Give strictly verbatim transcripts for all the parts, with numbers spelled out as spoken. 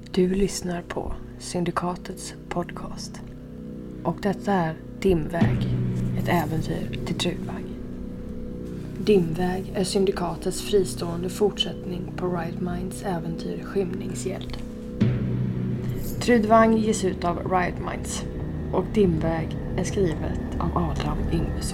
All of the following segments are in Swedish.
Du lyssnar på Syndikatets podcast. Och detta är Dimväg, ett äventyr till Trudvang. Dimväg är Syndikatets fristående fortsättning på Riot Minds äventyr Skymningsgäld. Trudvang ges ut av Riot Minds och Dimväg är skrivet av Adam Yngvesson.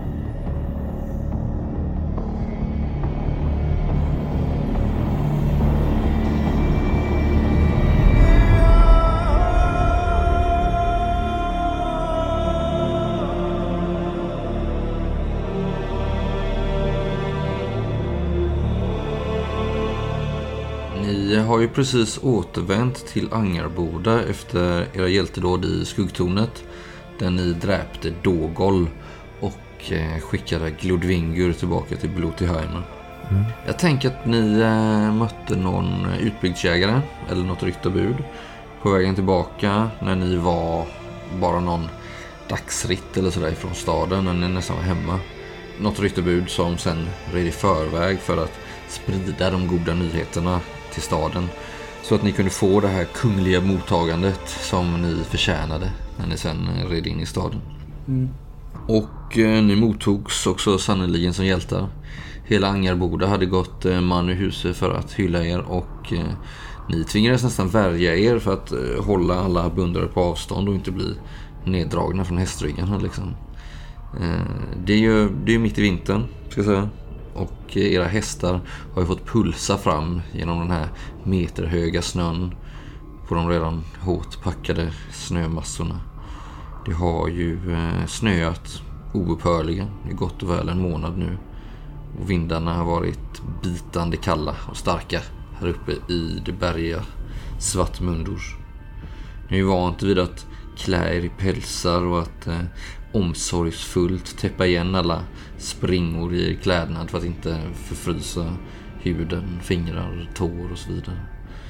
Ni har ju precis återvänt till Angarboda efter era hjältedåd i Skuggtornet, där ni dräpte Dågol och skickade Glodvingur tillbaka till Blotiheim. Mm. Jag tänker att ni mötte någon utbygdsjägare eller något ryttarbud på vägen tillbaka när ni var bara någon dagsritt eller sådär från staden, när ni nästan var hemma. Något ryttarbud som sen red i förväg för att sprida de goda nyheterna till staden, så att ni kunde få det här kungliga mottagandet som ni förtjänade när ni sen red in i staden. Mm. Och eh, ni mottogs också sannoliken som hjältar. Hela Angarboda hade gått eh, man i huset för att hylla er, och eh, ni tvingades nästan värja er för att eh, hålla alla beundrare på avstånd och inte bli neddragna från hästryggarna liksom. eh, det är ju det är mitt i vintern, ska jag säga. Och era hästar har ju fått pulsa fram genom den här meterhöga snön på de redan hårt packade snömassorna. Det har ju snöat oupphörligen i gott och väl en månad nu. Och vindarna har varit bitande kalla och starka här uppe i det bergiga Svartmundors. Ni är ju vant vid att klä er i pälsar och att eh, omsorgsfullt täppa igen alla springor i klädnad för att inte förfrysa huden, fingrar, tår och så vidare.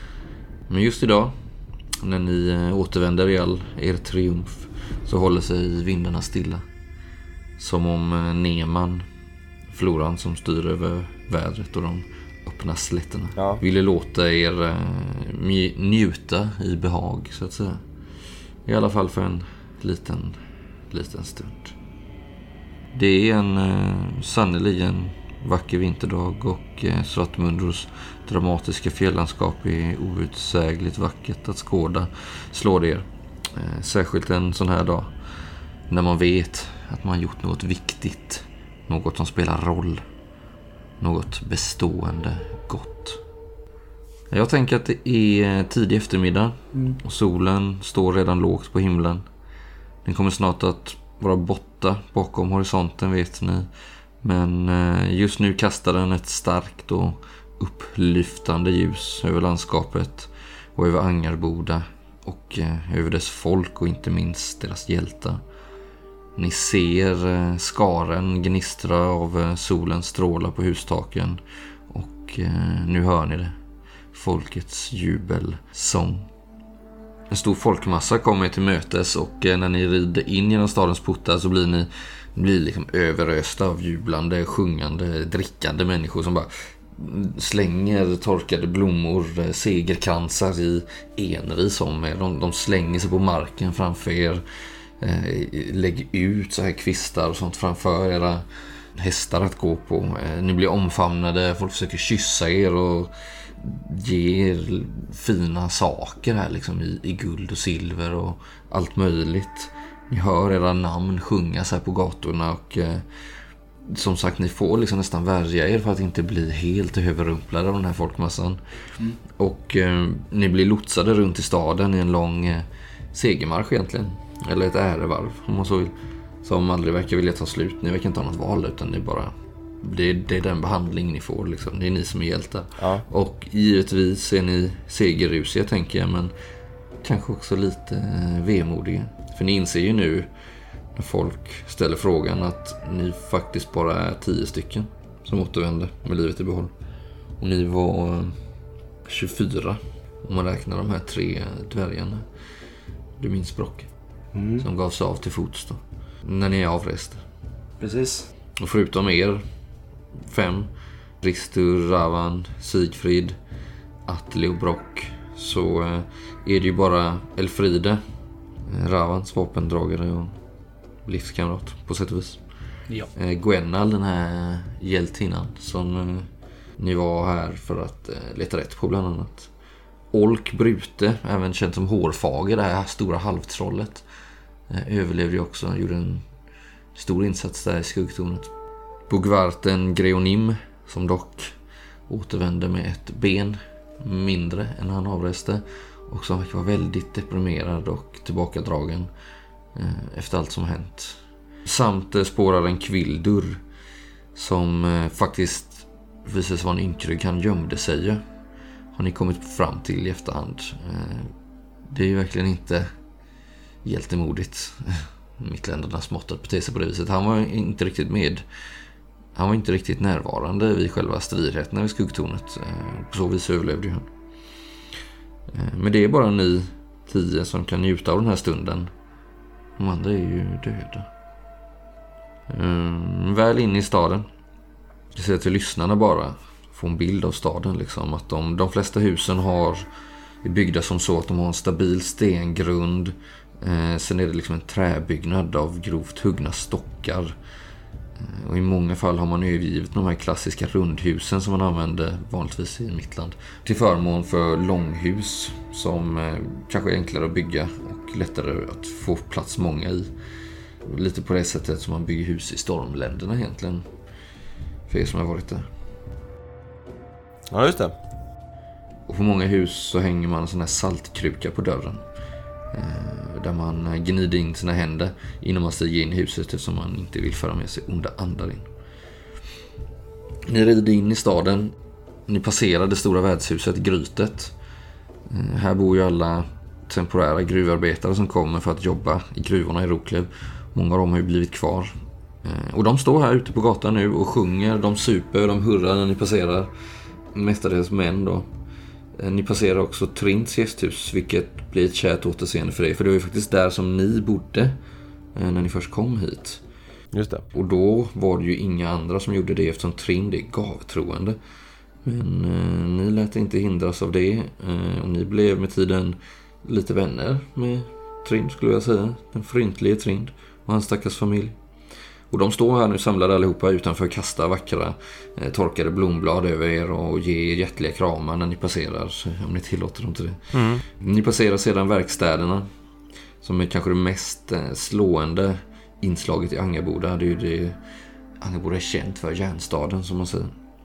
Men just idag, när ni återvänder i all er triumf, så håller sig vindarna stilla. Som om Neman, floran som styr över vädret och de öppna slätterna, ja, ville låta er njuta i behag, så att säga. I alla fall för en liten, liten stund. Det är en eh, sannoliken vacker vinterdag, och eh, Svartmundros dramatiska fjällandskap är outsägligt vackert att skåda, slår det er. Eh, särskilt en sån här dag, när man vet att man gjort något viktigt, något som spelar roll, något bestående gott. Jag tänker att det är tidig eftermiddag mm. och solen står redan lågt på himlen. Den kommer snart att vara borta bakom horisonten, vet ni. Men just nu kastar den ett starkt och upplyftande ljus över landskapet och över Angarboda och över dess folk och inte minst deras hjältar. Ni ser skaren gnistra av solens strålar på hustaken, och nu hör ni det. Folkets jubelsång. En stor folkmassa kommer till mötes, och när ni rider in genom stadens portar så blir ni blir liksom överösta av jublande, sjungande, drickande människor som bara slänger torkade blommor, segerkransar i enris om er. De, de slänger sig på marken framför er, eh, lägger ut så här kvistar och sånt framför era hästar att gå på. Eh, ni blir omfamnade, folk försöker kyssa er och ger fina saker här liksom i, i guld och silver och allt möjligt. Ni hör era namn sjungas här på gatorna, och eh, som sagt, ni får liksom nästan värja er för att inte bli helt överrumplade av den här folkmassan. Mm. Och eh, ni blir lotsade runt i staden i en lång eh, segermarsch egentligen, eller ett ärevarv om man så vill, som aldrig verkar vilja ta slut. Ni verkar inte ha något val, utan det är bara Det är, det är den behandling ni får liksom. Det är ni som är hjältar. Ja. Och givetvis är ni segerrusiga, tänker jag, men kanske också lite vemodiga. För ni inser ju nu, när folk ställer frågan, att ni faktiskt bara är tio stycken som återvände med livet i behåll. Och ni var tjugofyra om man räknar de här tre dvärgarna. Du minns Brock, mm. som gavs av till fots då, när ni är avresta. Precis. Och förutom er fem, Ristur, Ravan, Sigfrid, Atle och Brock, så är det ju bara Elfride, Ravans vapendragare och livskamrat på sätt och vis. Ja. Gwennal, den här hjältinnan som ni var här för att leta rätt på bland annat. Olk Brute, även känd som Hårfager, det här stora halvtrollet, överlevde ju också, gjorde en stor insats där i skuggtornet. Bogvarten Greonim, som dock återvände med ett ben mindre än han avreste, och som verkar vara väldigt deprimerad och tillbakadragen efter allt som hänt. Samt spåraren Kvildur, som faktiskt visade sig vara en ynkrygg. Han gömde sig, har ni kommit fram till i efterhand. Det är ju verkligen inte hjältemodigt mittländernas mått att bete sig på det viset. Han var inte riktigt med. Han var inte riktigt närvarande vid själva stridigheterna vid skuggtornet. På så vis överlevde han. Men det är bara ni tio som kan njuta av den här stunden. De andra är ju döda. Um, väl in i staden. Jag ser till lyssnarna bara få en bild av staden. Liksom. Att de, de flesta husen har, är byggda som så att de har en stabil stengrund. Eh, sen är det liksom en träbyggnad av grovt huggna stockar. Eh, och i många fall har man övergivit de här klassiska rundhusen som man använde vanligtvis i Mittland till förmån för långhus som eh, kanske är enklare att bygga och lättare att få plats många i. Lite på det sättet som man bygger hus i stormländerna egentligen. För er som har varit där. Ja, just det. Och på många hus så hänger man en sån här saltkruka på dörren. Eh, där man gnider in sina händer innan man stiger in i huset, eftersom man inte vill föra med sig onda andar in. Ni rider in i staden. Ni passerar det stora värdshuset, Grytet. Eh, här bor ju alla temporära gruvarbetare som kommer för att jobba i gruvorna i Roklev. Många av dem har ju blivit kvar. Eh, och de står här ute på gatan nu och sjunger. De super, de hurrar när ni passerar. Mestadels män då. Ni passerar också Trinds gästhus, vilket blir ett kärt återseende för dig. För det var ju faktiskt där som ni bodde när ni först kom hit. Just det. Och då var det ju inga andra som gjorde det, eftersom Trind är gavtroende. Men eh, ni lät inte hindras av det. Eh, och ni blev med tiden lite vänner med Trind, skulle jag säga. Den fryntlige Trind och hans stackars familj. Och de står här nu samlade allihopa utanför och kastar vackra eh, torkade blomblad över er och ger hjärtliga kramar när ni passerar, om ni tillåter dem till det. Mm. Ni passerar sedan verkstäderna, som är kanske det mest eh, slående inslaget i Angerboda. Det är ju det Angerboda är känt för, järnstaden som man säger.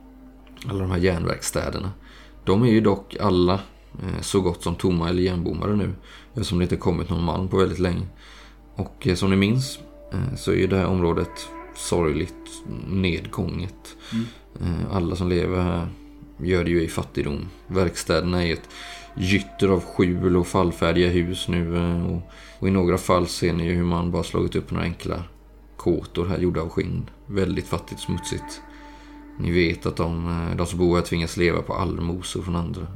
Alla de här järnverkstäderna. De är ju dock alla eh, så gott som tomma eller järnbommade nu, eftersom det inte kommit någon man på väldigt länge. Och eh, som ni minns så är det här området sorgligt nedgånget. Mm. Alla som lever här gör det ju i fattigdom. Verkstäderna är ett gytter av skjul och fallfärdiga hus nu. Och, och i några fall ser ni ju hur man bara slagit upp några enkla kåtor här gjorda av skinn. Väldigt fattigt, smutsigt. Ni vet att de, de som bor här tvingas leva på allmosor från andra.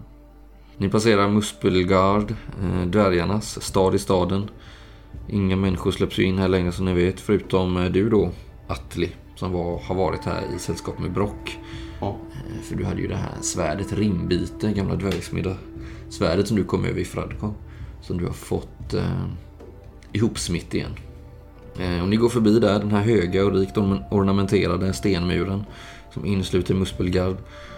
Ni passerar Muspelgard, dvärgarnas stad i staden. Inga människor släpps ju in här längre som ni vet, förutom du då, Atli, som var, har varit här i sällskap med Brock. Ja. För du hade ju det här svärdet Rimbite, gamla dvärgsmidda svärdet som du kom över i Fradko, som du har fått eh, ihopsmitt igen. Eh, och ni går förbi där, den här höga och rikt ornamenterade stenmuren som insluter Muspelgard.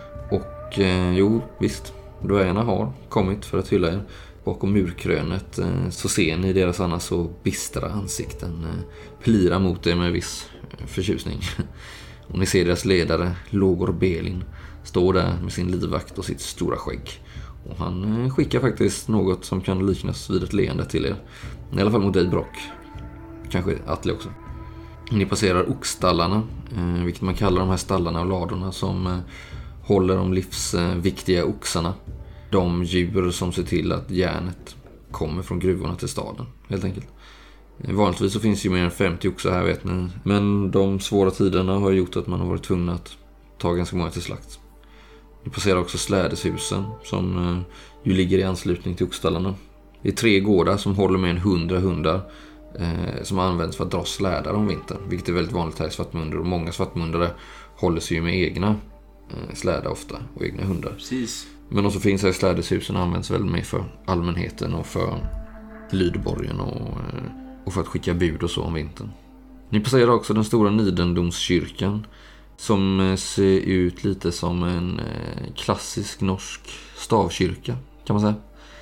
Och eh, jo, visst, dvärgarna har kommit för att hylla er. Bakom murkrönet eh, så ser ni deras annars så bistra ansikten eh, plira mot er med viss eh, förtjusning. Och ni ser deras ledare, Logor Belin, stå där med sin livvakt och sitt stora skägg. Och han eh, skickar faktiskt något som kan liknas vid ett leende till er. I alla fall mot dig, Brock. Kanske Atli också. Ni passerar oxstallarna, eh, vilket man kallar de här stallarna och ladorna som eh, håller de livsviktiga oxarna. De djur som ser till att järnet kommer från gruvorna till staden, helt enkelt. Vanligtvis så finns ju mer än femtio oxar här, vet ni. Men de svåra tiderna har gjort att man har varit tvungen att ta ganska många till slakt. Vi passerar också slädeshusen som eh, ju ligger i anslutning till oxstallarna. Det är tre gårdar som håller med en hundra hundar eh, som används för att dra slädar om vintern. Vilket är väldigt vanligt här i Svartmunder, och många svartmundare håller sig ju med egna eh, släda ofta och egna hundar. Precis. Men också finns här slädeshusen används väl mer för allmänheten och för lydborgen och, eh, och för att skicka bud och så om vintern. Ni passerar också den stora Nidendomskyrkan som ser ut lite som en eh, klassisk norsk stavkyrka kan man säga.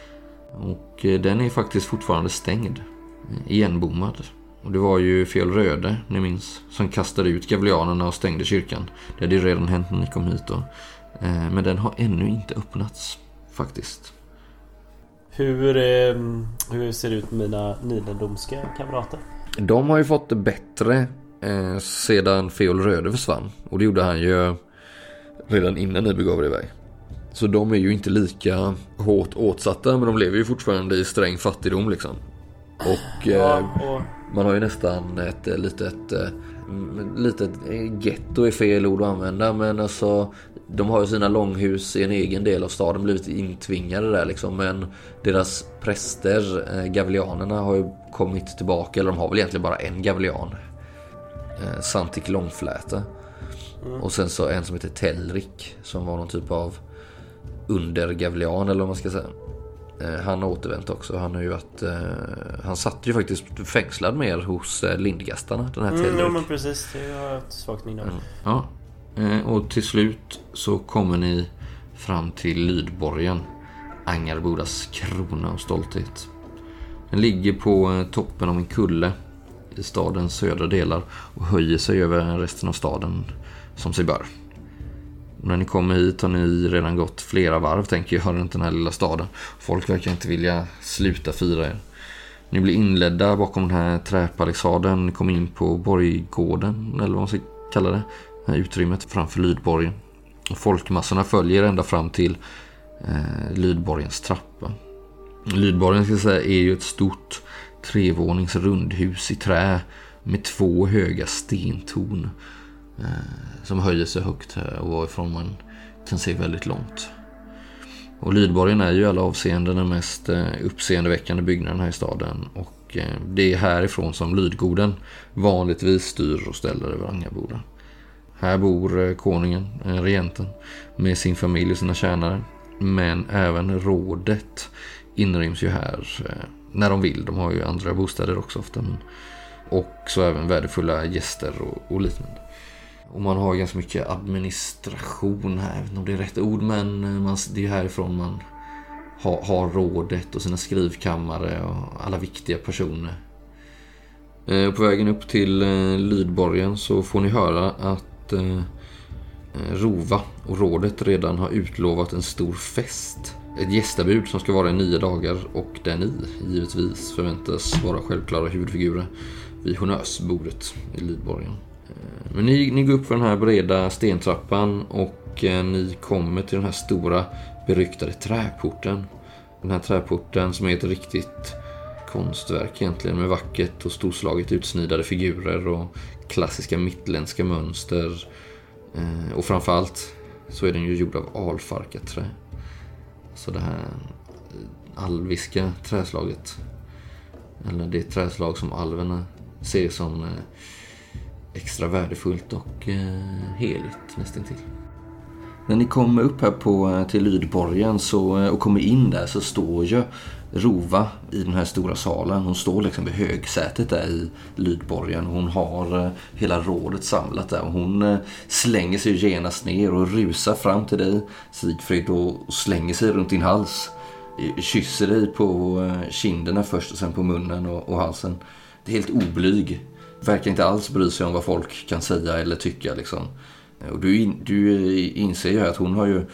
Och eh, den är faktiskt fortfarande stängd, igenbommad. Och det var ju Fjällröde, ni minns, som kastade ut gavlianerna och stängde kyrkan. Det hade ju redan hänt när ni kom hit då. Eh, men den har ännu inte öppnats, faktiskt. Hur, eh, hur ser det ut med mina nidendomska kamrater? De har ju fått det bättre eh, sedan Fjällröde försvann. Och det gjorde han ju redan innan ni begav er iväg. Så de är ju inte lika hårt åtsatta, men de lever ju fortfarande i sträng fattigdom liksom. Och, Ja, eh, och man har ju nästan ett eh, litet, eh, litet eh, getto är fel ord att använda, men alltså de har ju sina långhus i en egen del av staden, blivit intvingade där liksom, men deras präster, eh, gavlianerna, har ju kommit tillbaka, eller de har väl egentligen bara en gavlian, eh, Santik Långfläte, mm. och sen så en som heter Telrik som var någon typ av undergavlian eller vad man ska säga. Eh, han har återvänt också. Han har ju varit, eh, han satt ju faktiskt fängslad mer hos eh, Lindgastarna, den här Telrik. Mm, ja, men precis, det har jag ett svagt minne av. Mm. Ja. Eh, och till slut så kommer ni fram till Lydborgen, Angarbodas krona och stolthet. Den ligger på eh, toppen av en kulle i stadens södra delar och höjer sig över resten av staden som sig bör. Och när ni kommer hit har ni redan gått flera varv, tänker jag, runt den här lilla staden. Folk verkar inte vilja sluta fira er. Ni blir inledda bakom den här träpalisaden. Ni kommer in på borggården, eller vad man ska kalla det, det här utrymmet framför Lydborgen. Och folkmassorna följer ända fram till eh, Lydborgens trappa. Lydborgen, ska jag säga, är ju ett stort trevånings rundhus i trä med två höga stentorn eh, som höjer sig högt här och varifrån man kan se väldigt långt. Och Lydborgen är ju i alla avseenden den mest eh, uppseendeväckande byggnaden här i staden, och eh, det är härifrån som Lydgoden vanligtvis styr och ställer över Angarboda. Här bor eh, konungen, eh, regenten, med sin familj och sina tjänare, men även rådet inryms ju här eh, när de vill. De har ju andra bostäder också ofta, men, och så även värdefulla gäster och, och liknande. Och man har ganska mycket administration här, jag vet inte om det är rätt ord, men man, det är härifrån man har, har rådet och sina skrivkammare och alla viktiga personer. Eh, på vägen upp till eh, Lydborgen så får ni höra att eh, Rova och rådet redan har utlovat en stor fest. Ett gästabud som ska vara i nio dagar, och där ni givetvis förväntas vara självklara huvudfigurer vid honnörsbordet i Lydborgen. Men ni, ni går upp för den här breda stentrappan och eh, ni kommer till den här stora beryktade träporten. Den här träporten som är ett riktigt konstverk egentligen, med vackert och storslaget utsnidade figurer och klassiska mittländska mönster. Eh, och framförallt så är den ju gjord av alfarkaträ. Så det här alviska träslaget, eller det träslag som alverna ser som eh, extra värdefullt och eh, heligt nästan till. När ni kommer upp här på, till Lydborgen så, och kommer in där, så står ju Rova i den här stora salen. Hon står liksom vid högsätet där i Lydborgen. Hon har eh, hela rådet samlat där, och hon eh, slänger sig genast ner och rusar fram till dig, Sigfrid, och slänger sig runt din hals. Kysser dig på eh, kinderna först och sen på munnen och, och halsen. Det är helt oblyg. Verkar inte alls bry sig om vad folk kan säga eller tycka liksom. Och du, in, du inser ju att hon har ju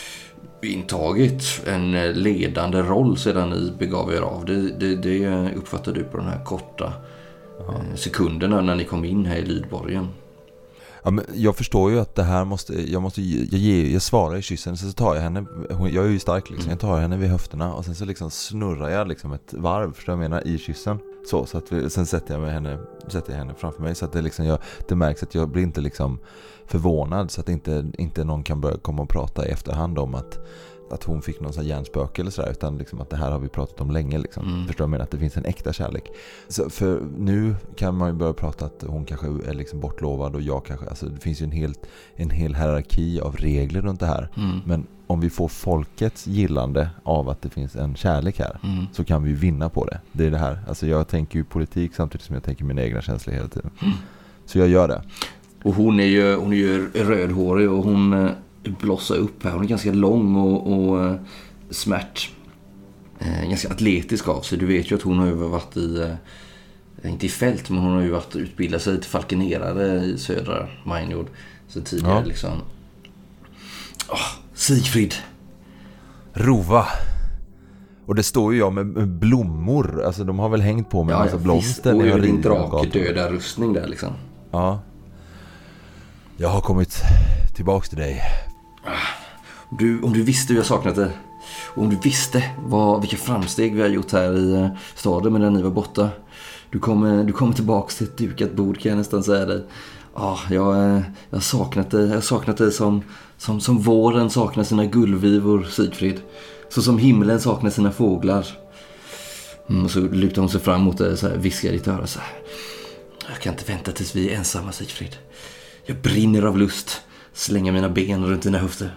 intagit en ledande roll sedan ni begav er av. Det, det, det uppfattar du på de här korta Aha. sekunderna när ni kom in här i Lydborgen. Ja, men jag förstår ju att det här måste, jag måste jag, ge, jag svarar i kyssen, så tar jag henne, hon, jag är ju stark liksom, jag tar henne vid höfterna och sen så liksom snurrar jag liksom ett varv, förstår jag menar, i kyssen. Så, så att vi, sen sätter jag, med henne, sätter jag henne framför mig, så att det, liksom, jag, det märks att jag blir inte liksom förvånad, så att inte, inte någon kan börja komma och prata i efterhand om att att hon fick någon sån här hjärnspöke eller sådär, utan liksom att det här har vi pratat om länge liksom. Mm. Förstår jag, men att det finns en äkta kärlek. Så för nu kan man ju börja prata att hon kanske är liksom bortlovad och jag kanske, alltså det finns ju en hel, en hel hierarki av regler runt det här. Mm. Men om vi får folkets gillande av att det finns en kärlek här, Mm. så kan vi vinna på det. Det är det här. Alltså jag tänker ju politik samtidigt som jag tänker mina egna känslor hela tiden. Mm. Så jag gör det. Och hon är ju, hon är ju rödhårig och hon eh, blossar upp här. Hon är ganska lång och, och eh, smärt. Eh, ganska atletisk av sig. Du vet ju att hon har ju varit i, eh, inte i fält, men hon har ju varit utbildat sig till falkenerare i södra Minejord. Så tidigare Ja. liksom. Åh, Sigfrid. Rova. Och det står ju jag med med blommor. Alltså de har väl hängt på med en massa blomster. Och när jag ju din rider över gatan. drakdöda rustning där liksom. Ja. Jag har kommit tillbaks till dig. Du, om du visste hur jag saknat det. Och om du visste vad, vilka framsteg vi har gjort här i uh, staden medan ni var borta. Du kommer, du kommer tillbaks till ett dukat bord, kan jag nästan säga dig. Ah, jag, uh, jag har saknat dig. Jag har saknat dig som, som, som våren saknar sina gullvivor, Sigfrid. Så som himlen saknar sina fåglar. Mm, och så lutar hon sig fram mot dig och så här, viskar i ditt öra så här. Jag kan inte vänta tills vi är ensamma, Sigfrid. Jag brinner av lust. Slänga mina ben runt dina höfter.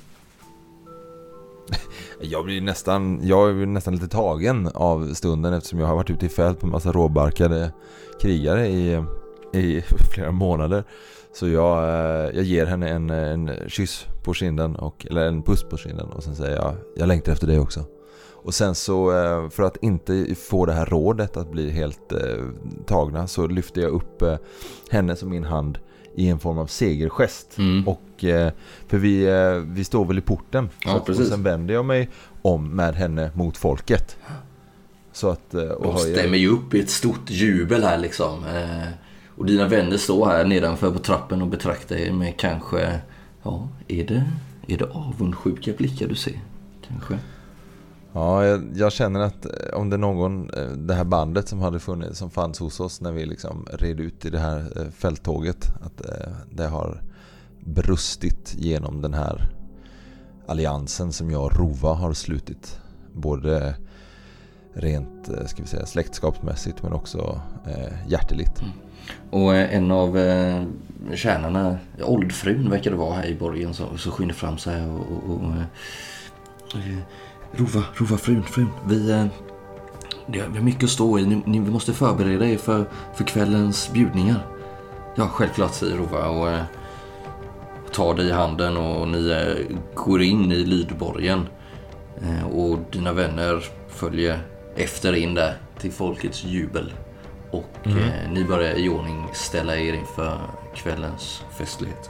Jag blir nästan, jag är nästan lite tagen av stunden, eftersom jag har varit ute i fält på en massa råbarkade krigare i, i flera månader. Så jag, jag ger henne en, en kyss på kinden, och, eller en puss på kinden, och sen säger jag, jag längtar efter dig också. Och sen så, för att inte få det här rådet att bli helt eh, tagna, så lyfter jag upp eh, henne som min hand i en form av segergest. Mm. Och eh, för vi, eh, vi står väl i porten. Ja, så att, och precis. sen vänder jag mig om med henne mot folket. Så att, eh, och Och har jag- stämmer ju upp i ett stort jubel här liksom. Eh, och dina vänner står här nedanför på trappen och betraktar er med kanske, ja, är det, är det avundsjuka blickar du ser? Kanske. Ja, jag, jag känner att eh, om det är någon, eh, det här bandet som hade funnits, som fanns hos oss när vi liksom red ut i det här eh, fälttåget, att eh, det har brustit genom den här alliansen som jag och Rova har slutit. Både rent, eh, ska vi säga, släktskapsmässigt, men också eh, hjärteligt. Mm. Och eh, en av eh, tjänarna, oldfrun verkar det vara här i borgen, så, så skyndar fram så här och... och, och eh, Rova, Rova frun, frun. Vi, eh, det, vi har mycket att stå i. Ni, ni måste förbereda er för, för kvällens bjudningar. Ja, självklart, säger Rova och eh, tar dig i handen, och ni eh, går in i lydborgen. Eh, och dina vänner följer efter in där till folkets jubel. Och Mm. eh, ni börjar i ordning ställa er inför kvällens festlighet.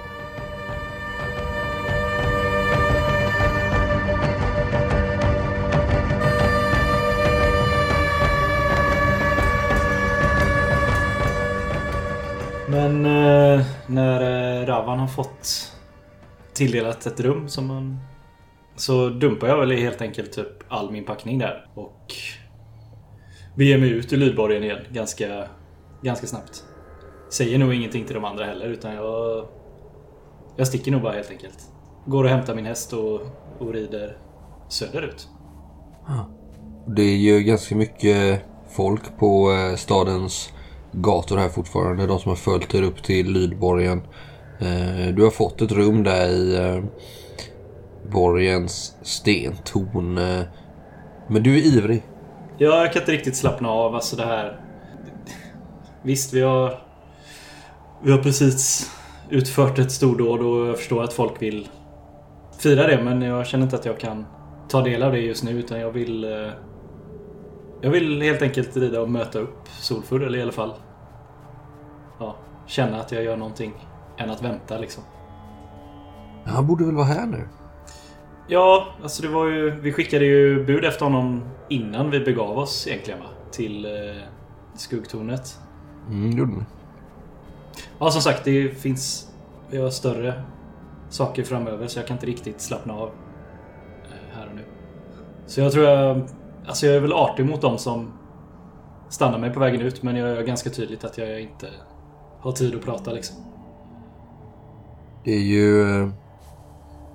Men eh, när eh, Ravan har fått tilldelat ett rum som man, så dumpar jag väl helt enkelt typ all min packning där och vi ger mig ut ur lydborgen igen ganska, ganska snabbt. Säger nog ingenting till de andra heller, utan jag jag sticker nog bara helt enkelt. Går och hämtar min häst och, och rider söderut. Det är ju ganska mycket folk på eh, stadens gator här fortfarande. De som har följt er upp till lydborgen. Eh, du har fått ett rum där i eh, borgens stentorn. Eh, men du är ivrig. Ja, jag kan inte riktigt slappna av. Alltså det här... Visst, vi har... Vi har precis utfört ett stordåd och jag förstår att folk vill fira det. Men jag känner inte att jag kan ta del av det just nu, utan jag vill... eh, Jag vill helt enkelt rida och möta upp Solfur, eller i alla fall... Ja, känna att jag gör någonting än att vänta liksom. Han borde väl vara här nu? Ja, alltså det var ju... Vi skickade ju bud efter honom innan vi begav oss egentligen, va? Till eh, skuggtornet. Mm, gjorde ni. Ja, som sagt, det finns... Vi har större saker framöver, så jag kan inte riktigt slappna av eh, här och nu. Så jag tror jag... Alltså jag är väl artig mot dem som stannar mig på vägen ut, men jag gör ganska tydligt att jag inte har tid att prata liksom. Det är ju...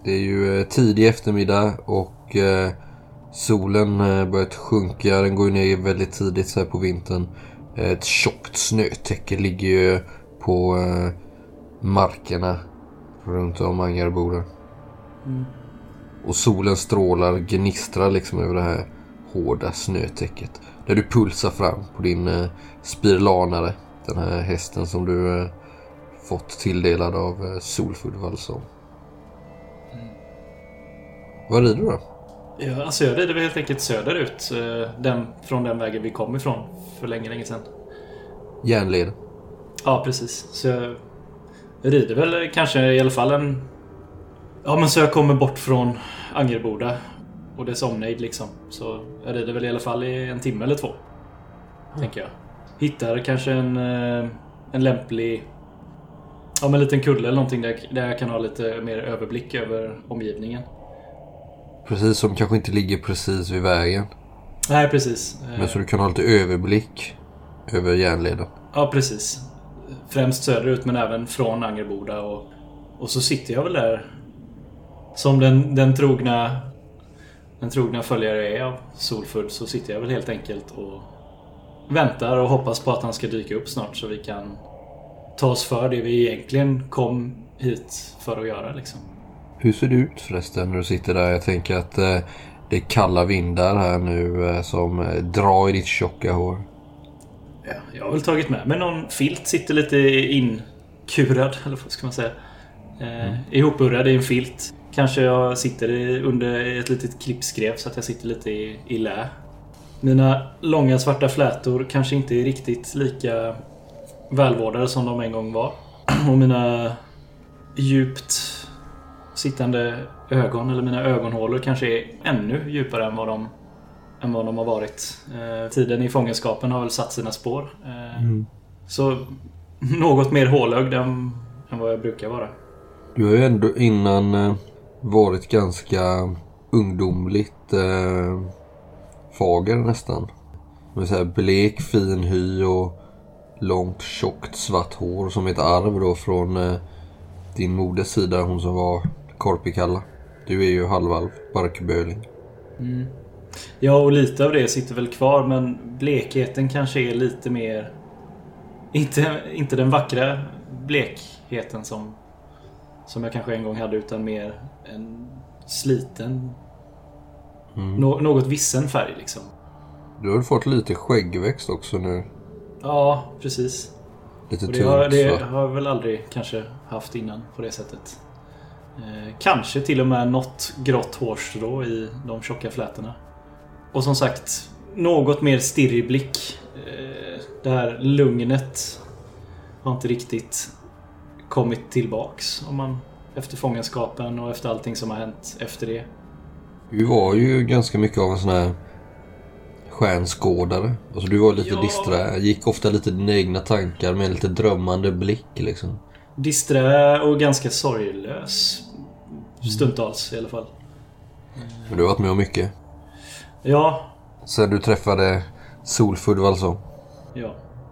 Det är ju tidig eftermiddag och eh, solen börjat sjunka. Den går ner väldigt tidigt så här på vintern. Ett tjockt snötäcke ligger ju på eh, markerna runt om Angarboda. Mm. Och solen strålar, gnistrar liksom över det här hårda snötäcket. Där du pulsar fram på din eh, spirlanare. Den här hästen som du eh, fått tilldelad av eh, Solfull Valsång. Mm. Vad rider du då? Ja, alltså jag rider väl helt enkelt söderut. Eh, den, från den vägen vi kom ifrån för länge, länge sedan. Järnled. Ja, precis. Så jag rider väl kanske i alla fall en... Ja, men så jag kommer bort från Angerboda och dess omnejd liksom. Så jag rider väl i alla fall i en timme eller två. Mm. Tänker jag. Hittar kanske en, en lämplig... Ja, men en liten kulle eller någonting där, där jag kan ha lite mer överblick över omgivningen. Precis, som kanske inte ligger precis vid vägen. Nej, precis. Men så du kan ha lite överblick över järnleden. Ja, precis. Främst söderut men även från Angerboda. Och, och så sitter jag väl där som den, den trogna den trogna följare är av Solfull, så sitter jag väl helt enkelt och väntar och hoppas på att han ska dyka upp snart så vi kan ta oss för det vi egentligen kom hit för att göra liksom. Hur ser det ut förresten när du sitter där? Jag tänker att eh, det är kalla vindar här nu eh, som eh, drar i ditt tjocka hår. Ja, jag har väl tagit med mig någon filt, sitter lite inkurad, eller vad ska man säga. Eh, mm. Ihopurrad i en filt. Kanske jag sitter i, under ett litet klippskrev så att jag sitter lite i, i lä. Mina långa svarta flätor kanske inte är riktigt lika välvårdade som de en gång var. Och mina djupt sittande ögon, eller mina ögonhålor, kanske är ännu djupare än vad de, än vad de har varit. Eh, tiden i fångenskapen har väl satt sina spår. Eh, mm. Så något mer hålögd än, än vad jag brukar vara. Du har ju ändå innan eh, varit ganska ungdomligt eh, fager nästan. Med så här blek, fin hy och långt, tjockt, svart hår som ett arv då från eh, din moders sida, hon som var Korpikalla. Du är ju halvalv, barkböling. Mm. Ja, och lite av det sitter väl kvar, men blekheten kanske är lite mer... Inte, inte den vackra blekheten som, som jag kanske en gång hade, utan mer en sliten, mm. no, något vissen färg liksom. Du har fått lite skäggväxt också nu. Ja, precis. Lite och det, tungt, har, det har jag väl aldrig kanske haft innan på det sättet. Eh, kanske till och med något grått hårstrå i de tjocka flätorna. Och som sagt, något mer stirrig blick. Eh, det här lugnet har inte riktigt kommit tillbaks om man, efter fångenskapen och efter allting som har hänt efter det. Du var ju ganska mycket av en sån här stjärnskådare. Alltså du var lite ja. disträ, gick ofta lite dina egna tankar med en lite drömmande blick liksom. Disträ och ganska sorglös stundtals i alla fall. Men du har varit med om mycket. Ja. Sen du träffade Solfull Valsång. Ja.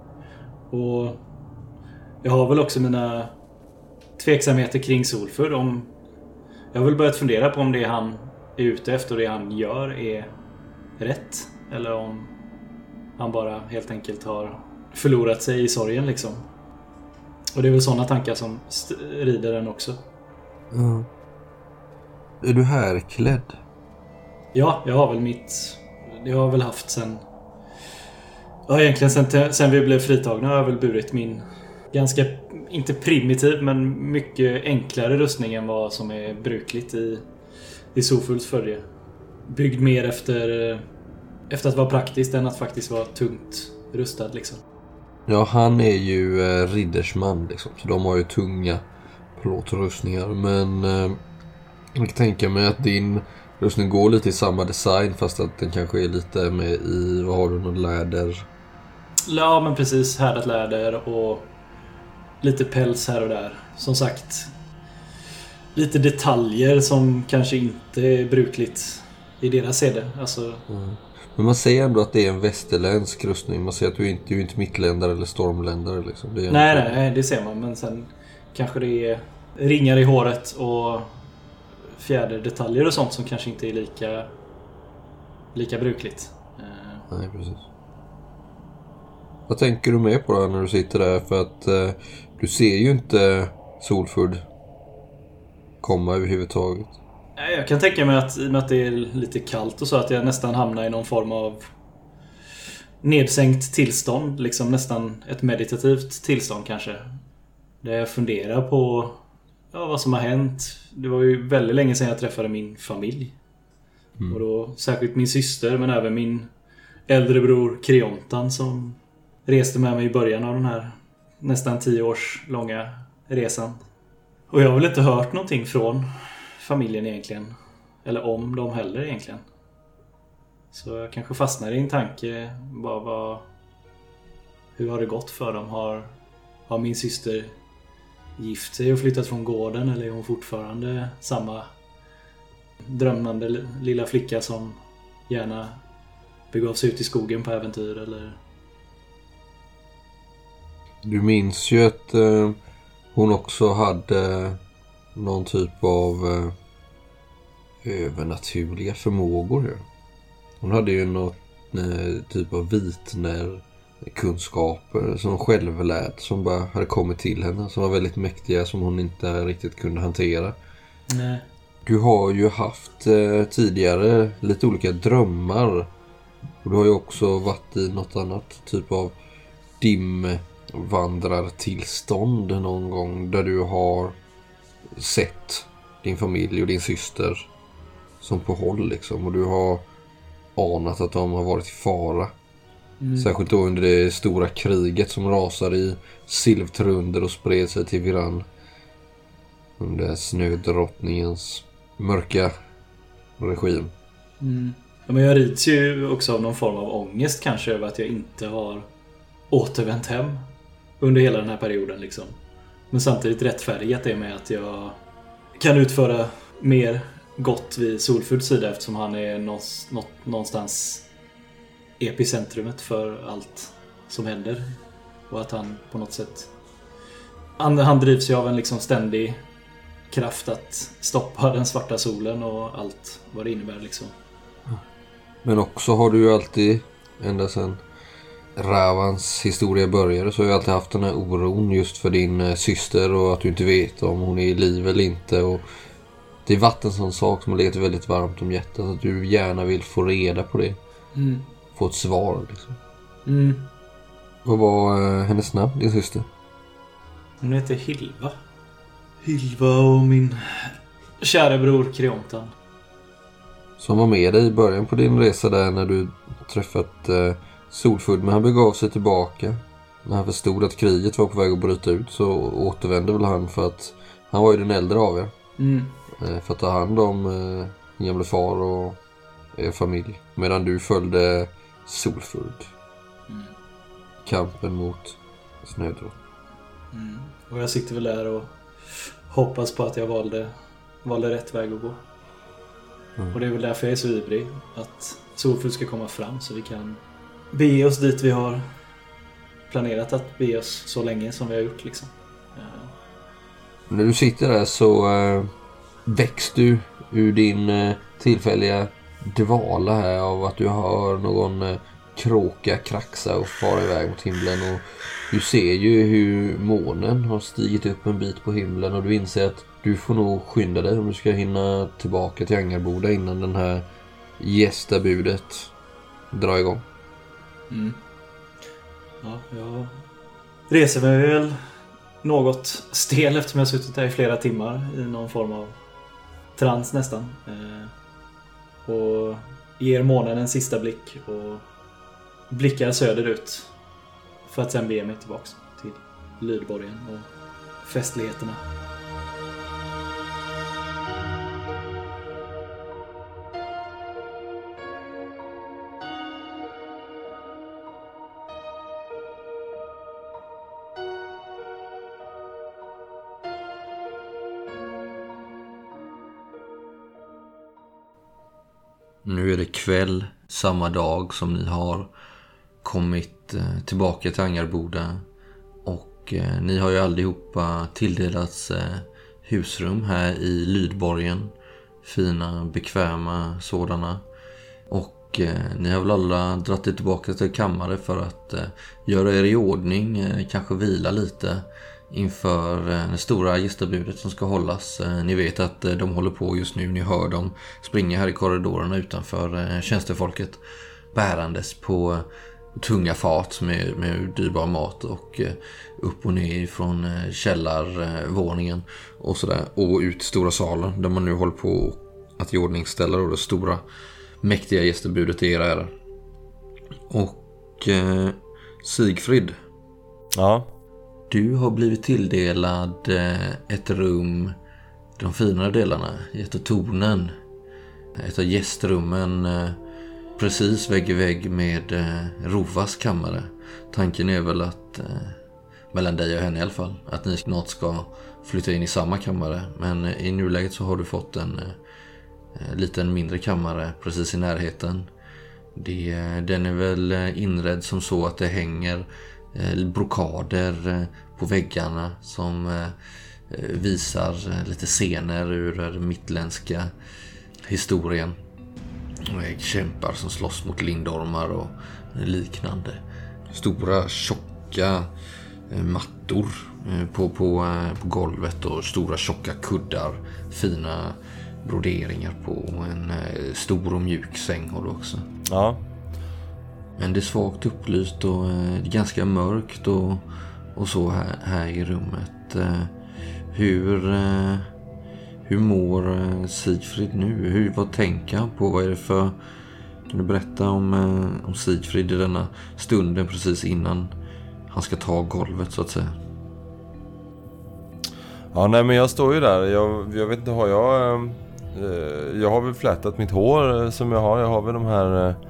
Och jag har väl också mina tveksamheter kring Solfull. Om jag har väl börjat fundera på om det han är ute efter och det han gör är rätt. Eller om han bara helt enkelt har förlorat sig i sorgen liksom. Och det är väl sådana tankar som st- rider den också. Mm. Är du här klädd? Ja, jag har väl mitt... Det har jag väl haft sen... Ja, egentligen sen, sen vi blev fritagna har jag väl burit min ganska, inte primitiv, men mycket enklare rustning än vad som är brukligt i, i Solfulls följe. Byggd mer efter, efter att vara praktiskt än att faktiskt vara tungt rustad liksom. Ja, han är ju eh, riddersman liksom, så de har ju tunga plåtrustningar. Men eh, jag kan tänka mig att din rustning går lite i samma design, fast att den kanske är lite med i, vad har du, någon läder? Ja, men precis, härdat läder och lite päls här och där. Som sagt, lite detaljer som kanske inte är brukligt i deras sede. Alltså... Mm. Men man säger ändå att det är en västerländsk rustning. Man säger att du inte, du är inte mittländare eller stormländare liksom. Det är nej, nej, det ser man. Men sen kanske det är ringar i håret och fjäderdetaljer och sånt som kanske inte är lika lika brukligt. Nej, precis. Vad tänker du med på då när du sitter där? För att eh, du ser ju inte Solfurd komma överhuvudtaget. Jag kan tänka mig att i och med att det är lite kallt och så att jag nästan hamnar i någon form av nedsänkt tillstånd. Liksom nästan ett meditativt tillstånd kanske. Där jag funderar på ja, vad som har hänt. Det var ju väldigt länge sedan jag träffade min familj. Mm. Och då särskilt min syster men även min äldre bror Kreontan som reste med mig i början av den här nästan tio års långa resan. Och jag har väl inte hört någonting från familjen egentligen. Eller om dem heller egentligen. Så jag kanske fastnar i en tanke. Bara, vad, hur har det gått för dem? Har, har min syster gift sig och flyttat från gården? Eller är hon fortfarande samma drömmande lilla flicka som gärna begav sig ut i skogen på äventyr? Eller... Du minns ju att eh, hon också hade någon typ av eh, övernaturliga förmågor. Ja. Hon hade ju något eh, typ av vitner kunskaper som hon själv lät som bara hade kommit till henne. Som var väldigt mäktiga som hon inte riktigt kunde hantera. Nej. Du har ju haft eh, tidigare lite olika drömmar. Och du har ju också varit i något annat typ av dimvandrartillstånd någon gång. Där du har sett din familj och din syster som på håll liksom. Och du har anat att de har varit i fara. Mm. Särskilt då under det stora kriget som rasade i Silvtrunder och spred sig till Viran. Under snödrottningens mörka regim. Mm. Ja, men jag rids ju också av någon form av ångest kanske över att jag inte har återvänt hem under hela den här perioden liksom. Men samtidigt rättfärdigat det med att jag kan utföra mer gott vid Solfurds sida eftersom han är någonstans epicentrumet för allt som händer. Och att han på något sätt han, han drivs ju av en liksom ständig kraft att stoppa den svarta solen och allt vad det innebär liksom. Men också har du ju alltid ända sedan Ravans historia började så har jag alltid haft den här oron just för din syster och att du inte vet om hon är i liv eller inte. Och det är vatten sån sak som har legat väldigt varmt om hjärtat att du gärna vill få reda på det. Mm. Få ett svar liksom. Mm. Vad var uh, hennes namn, din syster? Hon heter Hilva. Hilva och min kära bror Kreontan. Som var med dig i början på din resa där när du träffat uh, Solfurd. Men han begav sig tillbaka. När han förstod att kriget var på väg att bryta ut så återvände väl han för att han var ju den äldre av er. Mm. Uh, för att ta hand om uh, din gamla far och er familj. Medan du följde Solfurd. Mm. Kampen mot snödrottningen. Mm. Och jag sitter väl där och hoppas på att jag valde, valde rätt väg att gå. Mm. Och det är väl därför jag är så ivrig. Att Solfurd ska komma fram så vi kan be oss dit vi har planerat att be oss så länge som vi har gjort liksom. Ja. När du sitter där så äh, väcks du ur din äh, tillfälliga dvala här av att du hör någon äh, kråka kraxa och fara iväg mot himlen och du ser ju hur månen har stigit upp en bit på himlen och du inser att du får nog skynda dig om du ska hinna tillbaka till Angarboda innan den här gästabudet drar igång. Mm. Ja, jag reser mig väl något stel eftersom jag har suttit där i flera timmar i någon form av trans nästan. Eh, och ger månen en sista blick och blickar söderut för att sen bege mig tillbaks till Lydborgen och festligheterna. Nu är det kväll samma dag som ni har kommit eh, tillbaka till Angarboda och eh, ni har ju allihopa tilldelats eh, husrum här i Lydborgen Fina, bekväma sådana. Och eh, ni har väl alla dratt er tillbaka till kammare för att eh, göra er i ordning, eh, kanske vila lite inför eh, det stora gästabudet som ska hållas. Eh, ni vet att eh, de håller på just nu, ni hör dem springa här i korridorerna utanför eh, tjänstefolket, bärandes på eh, tunga fat med, med dyrbar mat och eh, upp och ner från eh, källarvåningen och sådär, och ut i stora salen där man nu håller på att iordningställa då det stora mäktiga gästebudet i era ära. Och eh, Sigfrid, Ja. du har blivit tilldelad eh, ett rum, de finare delarna, i ett av tornen, ett av gästrummen, eh, precis vägg i vägg med eh, Rovas kammare. Tanken är väl att eh, mellan dig och henne i alla fall, att ni snart ska flytta in i samma kammare, men eh, i nuläget så har du fått en eh, liten mindre kammare precis i närheten. Det, den är väl inredd som så att det hänger eh, brokader eh, på väggarna som eh, visar eh, lite scener ur den mittländska historien. Och kämpar som slåss mot lindormar och liknande. Stora tjocka eh, mattor eh, på, på, eh, på golvet och stora tjocka kuddar. Fina broderingar på en eh, stor och mjuk säng har du också. Ja. Men det är svagt upplyst och eh, ganska mörkt och, och så här, här i rummet. Eh, hur, eh, hur mår eh, Sigfrid nu? Hur, vad tänker han på? Vad är det för... Kan du berätta om, eh, om Sigfrid i denna stunden precis innan han ska ta golvet så att säga? Ja, nej men jag står ju där. Jag, jag vet inte, har jag... Eh, jag har väl flätat mitt hår eh, som jag har. Jag har väl de här... Eh,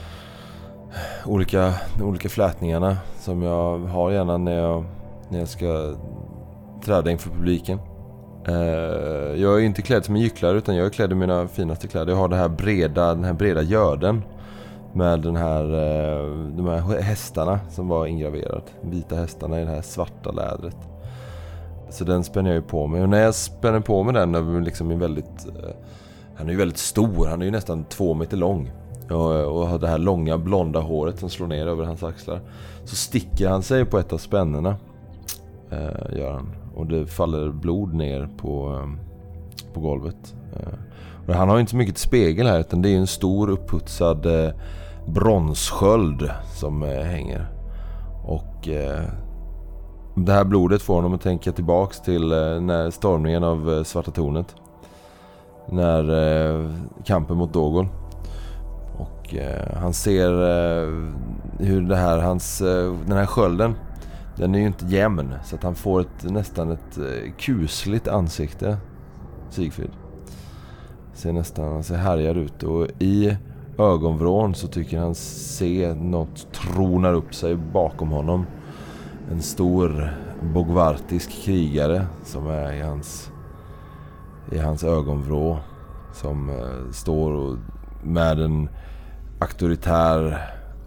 olika, olika flätningarna som jag har gärna när jag, när jag ska träda inför publiken. Eh, jag är inte klädd som en gycklare utan jag är klädd i mina finaste kläder. Jag har det här breda, den här breda görden med den här, eh, de här hästarna som var ingraverat. Vita hästarna i det här svarta lädret. Så den spänner jag ju på mig. Och när jag spänner på mig den liksom är väldigt, eh, han är ju väldigt stor. Han är ju nästan två meter lång. Och, och har det här långa blonda håret som slår ner över hans axlar. Så sticker han sig på ett av spännena. Eh, gör han. Och det faller blod ner på, eh, på golvet. Eh, och han har inte så mycket spegel här utan det är en stor uppputsad eh, bronssköld som eh, hänger. Och eh, det här blodet får honom att tänka tillbaks till eh, när stormningen av eh, Svarta tornet. När eh, kampen mot Dogol. Och eh, han ser eh, hur det här, hans, eh, den här skölden, den är ju inte jämn. Så att han får ett, nästan ett eh, kusligt ansikte, Sigfrid. Ser nästan, han ser härjad ut. Och i ögonvrån så tycker han se något tronar upp sig bakom honom. En stor bogvartisk krigare som är i hans, i hans ögonvrå. Som eh, står och med en auktoritär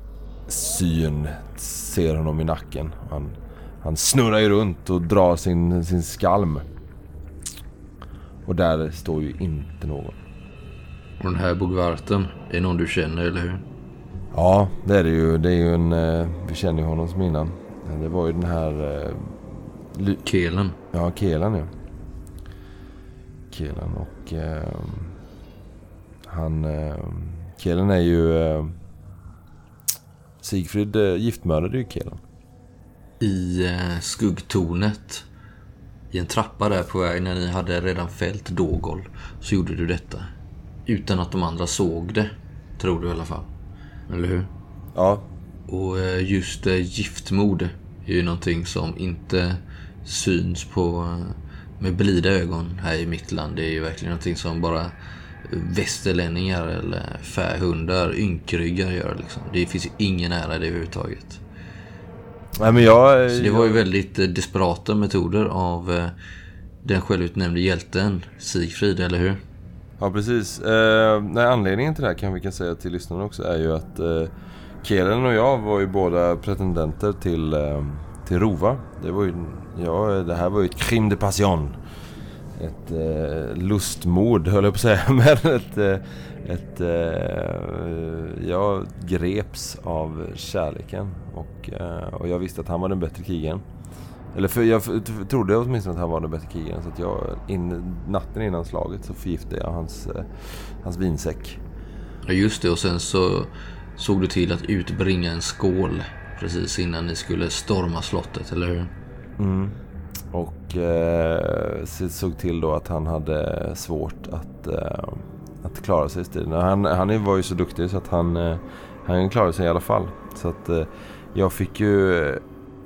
syn ser honom i nacken. Han, han snurrar ju runt och drar sin, sin skalm. Och där står ju inte någon. Och den här bogvarten, är någon du känner eller hur? Ja, det är det ju. Det är ju en, vi känner ju honom som innan. Det var ju den här eh, ly- Kelen. Ja, Kelen ja. Kelen och eh, han eh, Kelen är ju eh, Sigfrid eh, giftmördade ju Kelen. I eh, skuggtornet, i en trappa där på väg när ni hade redan fällt Dogol, så gjorde du detta utan att de andra såg det, tror du i alla fall. Eller hur? Ja. Och eh, just eh, giftmord är ju någonting som inte syns på eh, med blida ögon här i mitt land. Det är ju verkligen någonting som bara västerlänningar eller färhundar, ynkryggar gör liksom. Det finns ju ingen ära i det överhuvudtaget. Nej, men jag, Så det var ju väldigt eh, desperata metoder av eh, den självutnämnde hjälten Sigfrid, eller hur? Ja, precis. Eh, nej, anledningen till det här kan vi kan säga till lyssnarna också är ju att eh, Kelen och jag var ju båda pretendenter till, eh, till Rova. Det var ju, ja, det här var ju ett crime de passion. ett eh, lustmord, höll jag på att säga. Men ett, eh, ett eh, jag greps av kärleken. Och, eh, och jag visste att han var den bättre krigaren. Eller för jag f- trodde åtminstone att han var den bättre krigaren. Så att jag, in, natten innan slaget så förgiftade jag hans, eh, hans vinsäck. Ja, just det. Och sen så såg du till att utbringa en skål precis innan ni skulle storma slottet, eller hur? Mm. Och eh, såg till då att han hade svårt att, eh, att klara sig i striden. Han, han var ju så duktig så att han, eh, han klarade sig i alla fall. Så att eh, jag fick ju eh,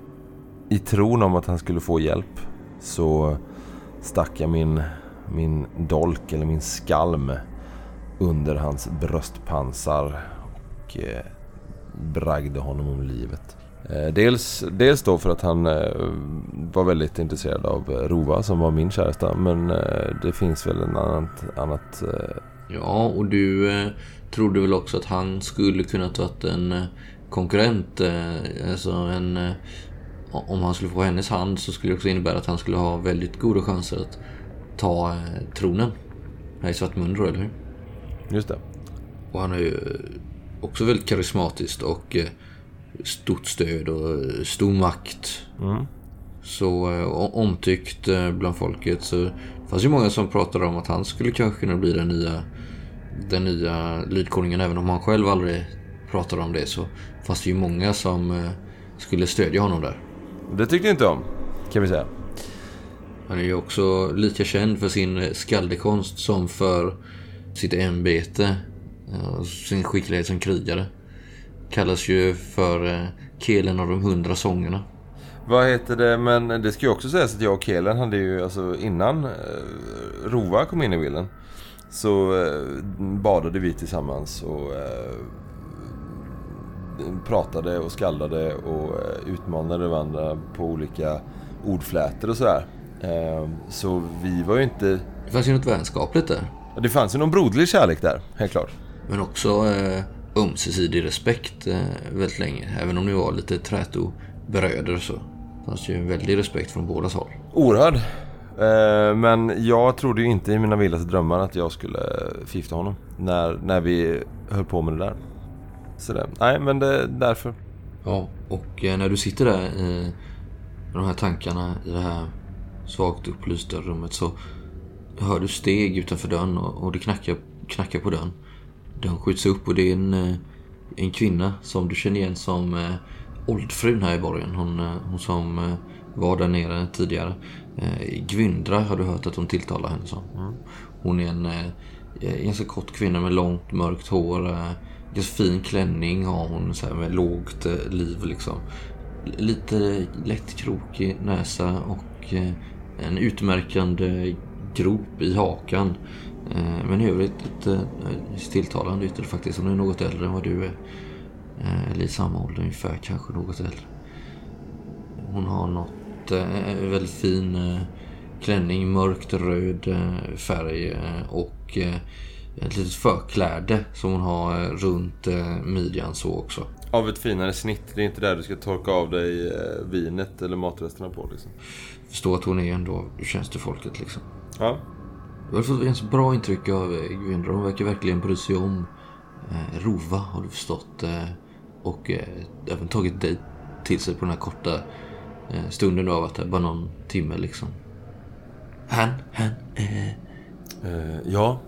i tron om att han skulle få hjälp så stack jag min, min dolk eller min skalm under hans bröstpansar och eh, bragde honom om livet. Eh, dels, dels då för att han eh, var väldigt intresserad av Rova som var min käresta, men eh, det finns väl en annat... annat eh... Ja, och du eh, trodde väl också att han skulle kunna ta en eh, konkurrent, eh, alltså en... Eh, om han skulle få hennes hand så skulle det också innebära att han skulle ha väldigt goda chanser att ta eh, tronen här i Svartmund, eller hur? Just det. Och han är ju också väldigt karismatisk och eh, stort stöd och stor makt. Mm. Så eh, omtyckt eh, bland folket. Så det fanns ju många som pratade om att han skulle kanske kunna bli den nya den nya lydkonungen. Även om han själv aldrig pratade om det, så fanns det ju många som eh, skulle stödja honom där. Det tyckte jag inte om, kan vi säga. Han är ju också lika känd för sin skaldekonst som för sitt ämbete, sin skicklighet som krigare. Kallas ju för Kelen av de hundra sångerna. Vad heter det? Men det ska ju också sägas att jag och Kelen hade ju, alltså innan eh, Rova kom in i bilden, så eh, badade vi tillsammans och eh, pratade och skaldade och eh, utmanade varandra på olika ordflätor och sådär. Eh, så vi var ju inte... Det fanns ju något vänskapligt där. Det fanns ju någon broderlig kärlek där, helt klart. Men också eh, ömsesidig respekt eh, väldigt länge. Även om ni var lite trätobröder så fanns ju en väldig respekt från båda håll. Oerhörd. Eh, men jag trodde ju inte i mina vildaste drömmar att jag skulle förgifta honom när, när vi höll på med det där. Så det, nej, men det är därför. Ja, och eh, när du sitter där eh, med de här tankarna i det här svagt upplysta rummet så hör du steg utanför dörren och, och det knackar, knackar på dörren. Den skjuts upp och det är en, en kvinna som du känner igen som eh, oldfrun här i borgen. Hon, eh, hon som eh, var där nere tidigare. Eh, Gwyndra har du hört att hon tilltalar henne som. Mm. Hon är en eh, ganska kort kvinna med långt mörkt hår. Eh, ganska fin klänning har hon så här, med lågt eh, liv liksom. Lite lätt krokig näsa och eh, en utmärkande grop i hakan. Eh, men i övrigt ett stilltalande yttre faktiskt. Hon är något äldre än vad du är. Eh, eller i samma ålder ungefär, kanske något äldre. Hon har något eh, väldigt fin eh, klänning, mörkt röd eh, färg eh, och eh, ett litet förkläde som hon har eh, runt eh, midjan så också. Av ett finare snitt, det är inte där du ska torka av dig eh, vinet eller matresterna på liksom. Förstå att hon är ändå tjänstefolket liksom. Ja. Du har fått ett bra intryck av Gwyndra. Hon verkar verkligen bry sig om eh, Rova, har du förstått. Eh, och eh, även tagit dig till sig på den här korta eh, stunden av att det är bara någon timme liksom. Han, han, eh. Eh, ja.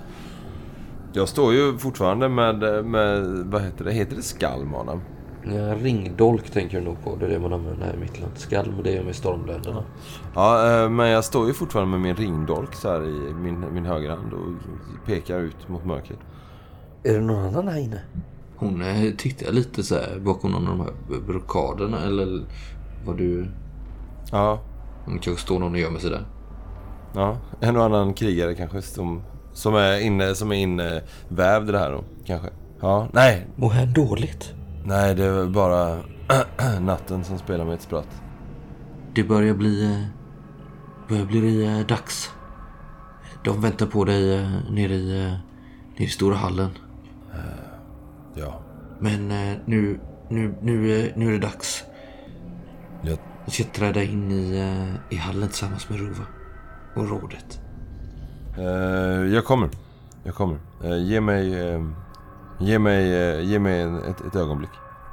Jag står ju fortfarande med, med vad heter det? Heter det skalm, Adam? Ja, ringdolk tänker jag nog på. Det är det man använder här i Mittland. Skalm, det är med stormländerna. Ja, men jag står ju fortfarande med min ringdolk så här i min, min högra hand och pekar ut mot mörkret. Är det någon annan här inne? Hon tittar lite så här bakom någon av de här brokaderna eller vad du... Ja. Hon kanske står någon och gör med sig där. Ja, en och annan krigare kanske som, som är inne som är inne vävd det här då, kanske. Ja, nej. Mår här dåligt? Nej, det är bara natten som spelar med ett spratt. Det börjar bli börjar bli dags. De väntar på dig nere i, nere i stora hallen. Uh, ja. Men nu, nu, nu, nu är det dags. Jag... Jag ska träda in i, i hallen tillsammans med Rova. och rådet. Uh, jag kommer. Jag kommer. Uh, ge mig... Uh, ge mig, uh, ge mig en, ett, ett ögonblick.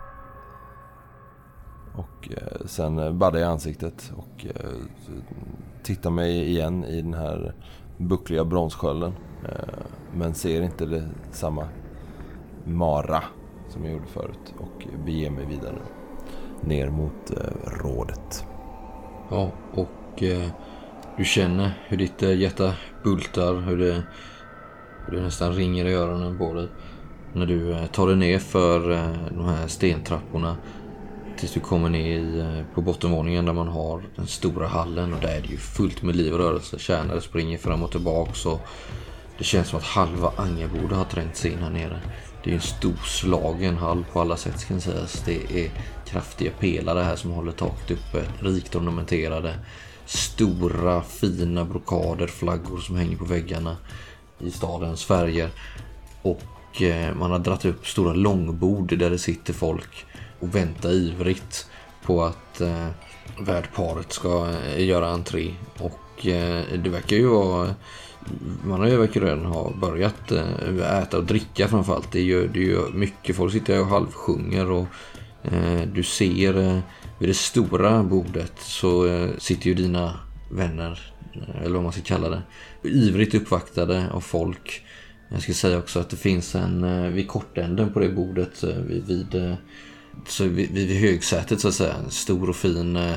Och uh, sen uh, badda i ansiktet och uh, titta mig igen i den här buckliga bronsskölden. Uh, men ser inte det samma mara som jag gjorde förut. Och beger mig vidare ner mot uh, rådet. Ja, och eh, du känner hur ditt eh, hjärta bultar, hur det, hur det nästan ringer i öronen på dig. När du eh, tar dig ner för eh, de här stentrapporna tills du kommer ner i, eh, på bottenvåningen där man har den stora hallen. Och där är det ju fullt med liv och rörelse. Tjänare springer fram och tillbaka, så det känns som att halva Angerboda har trängt sig in här nere. Det är en storslagen hall på alla sätt, kan sägas. Det är kraftiga pelare här som håller taket uppe, rikt ornamenterade, stora fina brokader, flaggor som hänger på väggarna i stadens färger. Och eh, man har dratt upp stora långbord där det sitter folk och väntar ivrigt på att eh, värdparet ska eh, göra entré. Och eh, det verkar ju vara... Man har ju verkar redan ha börjat äta och dricka framförallt. Det är ju, det är ju mycket folk sitter och halvsjunger, och eh, du ser eh, vid det stora bordet så eh, sitter ju dina vänner, eller vad man ska kalla det, ivrigt uppvaktade av folk. Jag ska säga också att det finns en eh, vid kortänden på det bordet, eh, vid, vid, eh, så vid, vid högsätet så att säga, en stor och fin eh,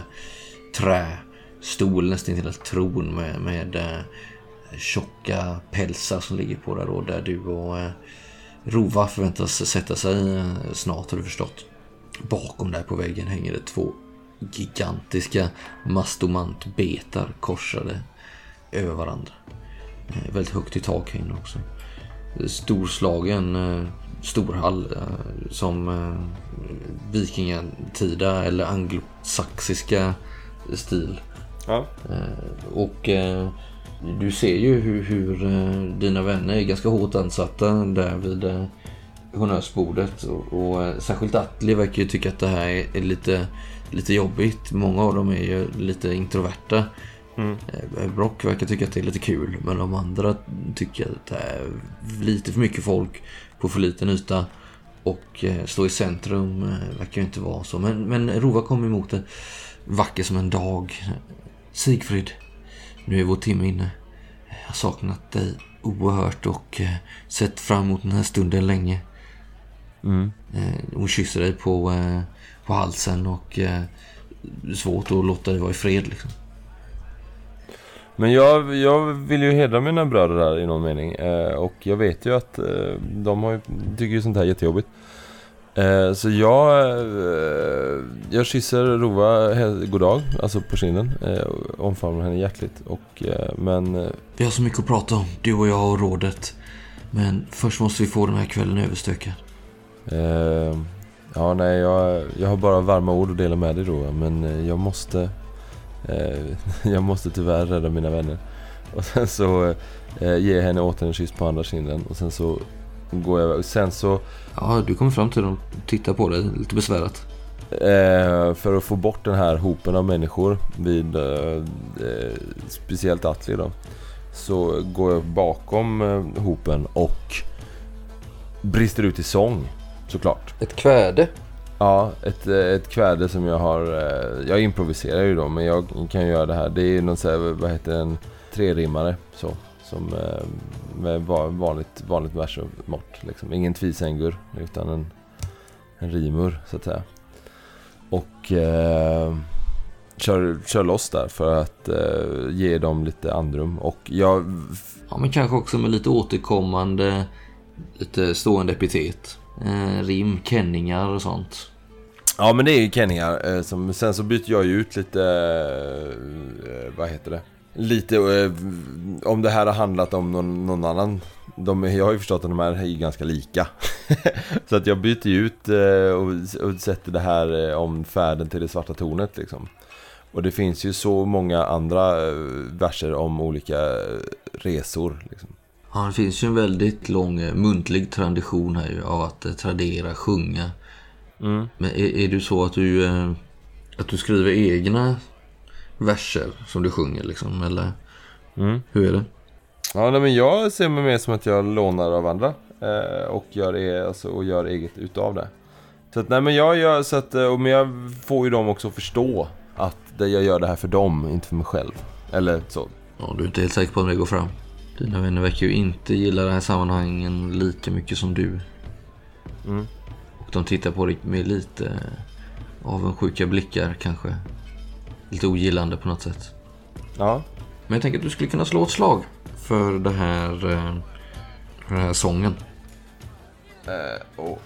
trästol, nästan till en tron med, med eh, tjocka pälsar som ligger på där, och där du och eh, Rova förväntas sätta sig eh, snart, har du förstått. Bakom där på väggen hänger det två gigantiska mastomantbetar korsade över varandra. Eh, väldigt högt i tak inne också. Storslagen eh, storhall eh, som eh, vikingatida eller anglosaxiska stil. Ja. Eh, och eh, du ser ju hur, hur uh, dina vänner är ganska hårt ansatta där vid uh, honnörsbordet. Och, och uh, särskilt Atli verkar ju tycka att det här är, är lite, lite jobbigt. Många av dem är ju lite introverta. Mm. Uh, Brock verkar tycka att det är lite kul, men de andra tycker att det är lite för mycket folk på för liten yta. Och uh, stå i centrum uh, verkar ju inte vara så. Men, men Rova kom emot det vacker som en dag. Sigfrid, nu är vår timme inne. Jag har saknat dig oerhört och eh, sett fram emot den här stunden länge. Mm. Eh, hon kysser dig på, eh, på halsen och eh, det är svårt att låta dig vara i fred liksom. Men jag, jag vill ju hedra mina bröder där i någon mening. Eh, och jag vet ju att eh, de har ju, tycker ju sånt här jättejobbigt. Eh, så jag eh, jag kysser Rova god dag, alltså på kinden, eh, omfamnar henne hjärtligt och eh, men eh, vi har så mycket att prata om, du och jag och rådet. Men först måste vi få den här kvällen överstökad. eh, Ja, nej, jag, jag har bara varma ord att dela med dig Rova, men eh, jag måste eh, jag måste tyvärr rädda mina vänner. Och sen så eh, ger henne åter en kyss på andra kinden, och sen så går jag och sen så ja, du kommer fram till dem och tittar på det lite besvärat. Eh, för att få bort den här hopen av människor vid eh, speciellt Atli då, så går jag bakom eh, hopen och brister ut i sång, såklart. Ett kväde? Ja, ett, ett kväde som jag har eh, jag improviserar ju då, men jag kan göra det här. Det är någon så här, vad heter det, en trerimmare så, som eh, med vanligt, vanligt vers och mått liksom. Ingen tvisängur utan en, en rimur så att säga. Och eh, kör, kör loss där för att eh, ge dem lite andrum. Och jag... Ja, men kanske också med lite återkommande, lite stående epitet. Eh, rim, kenningar och sånt. Ja, men det är ju kenningar. Eh, som, sen så byter jag ju ut lite... Eh, vad heter det? Lite eh, om det här har handlat om någon, någon annan. De, jag har ju förstått att de här är ganska lika. Så att jag byter ut eh, och, och sätter det här eh, om färden till det svarta tornet liksom. Och det finns ju så många andra eh, verser om olika eh, resor liksom. Ja, det finns ju en väldigt lång eh, muntlig tradition här ju, av att eh, tradera, sjunga. Mm. Men är, är det så att du, eh, att du skriver egna verser som du sjunger liksom, eller Mm. Hur är det? Ja, nej, men jag ser mig mer som att jag lånar av andra eh, och, gör det, alltså, och gör eget utav det. Så att, nej, men jag gör så att, och men jag får ju dem också att förstå att det, jag gör det här för dem, inte för mig själv. Eller så. Ja, du är inte helt säker på om det går fram. Dina vänner verkar ju inte gilla det här sammanhangen lika mycket som du. Mm. Och de tittar på dig med lite avundsjuka blickar kanske. Lite ogillande på något sätt. Ja. Men jag tänker att du skulle kunna slå ett slag för det här, för den här sången. Eh, och...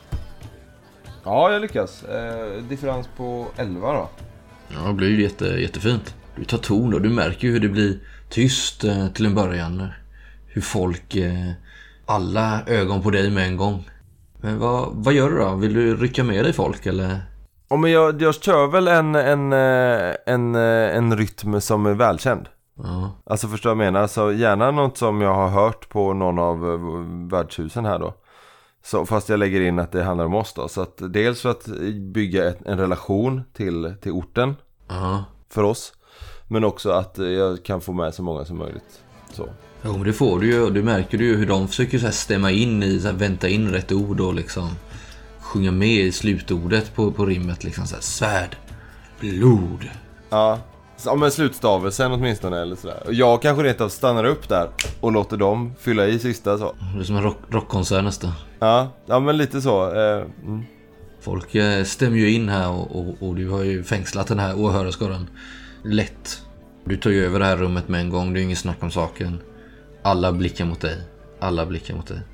Ja, jag lyckas. Eh, differens på elva då. Ja, det blir ju jätte, jättefint. Du tar ton och du märker ju hur det blir tyst eh, till en början. Hur folk, eh, alla ögon på dig med en gång. Men vad, vad gör du då? Vill du rycka med dig folk eller? Ja, men jag, jag kör väl en, en, en, en rytm som är välkänd. Ja. Alltså förstår jag menar. Så gärna något som jag har hört på någon av värdshusen här då. Så, fast jag lägger in att det handlar om oss då. Så att dels för att bygga ett, en relation till, till orten. Ja. För oss. Men också att jag kan få med så många som möjligt. Så. Jo, men det får du ju. Och du märker ju hur de försöker så här stämma in i, så här, vänta in rätt ord och liksom sjunga med i slutordet på, på rimmet. Liksom så här, svärd, blod. Ja, så, men slutstavelsen åtminstone eller sådär. Och jag kanske rent av stannar upp där och låter dem fylla i sista så. Det är som en rock, rockkonsert nästan. Ja, ja, men lite så. Eh, mm. Folk eh, stämmer ju in här och, och, och du har ju fängslat den här åhörarskaran lätt. Du tar ju över det här rummet med en gång, det är inget snack om saken. Alla blickar mot dig. Alla blickar mot dig.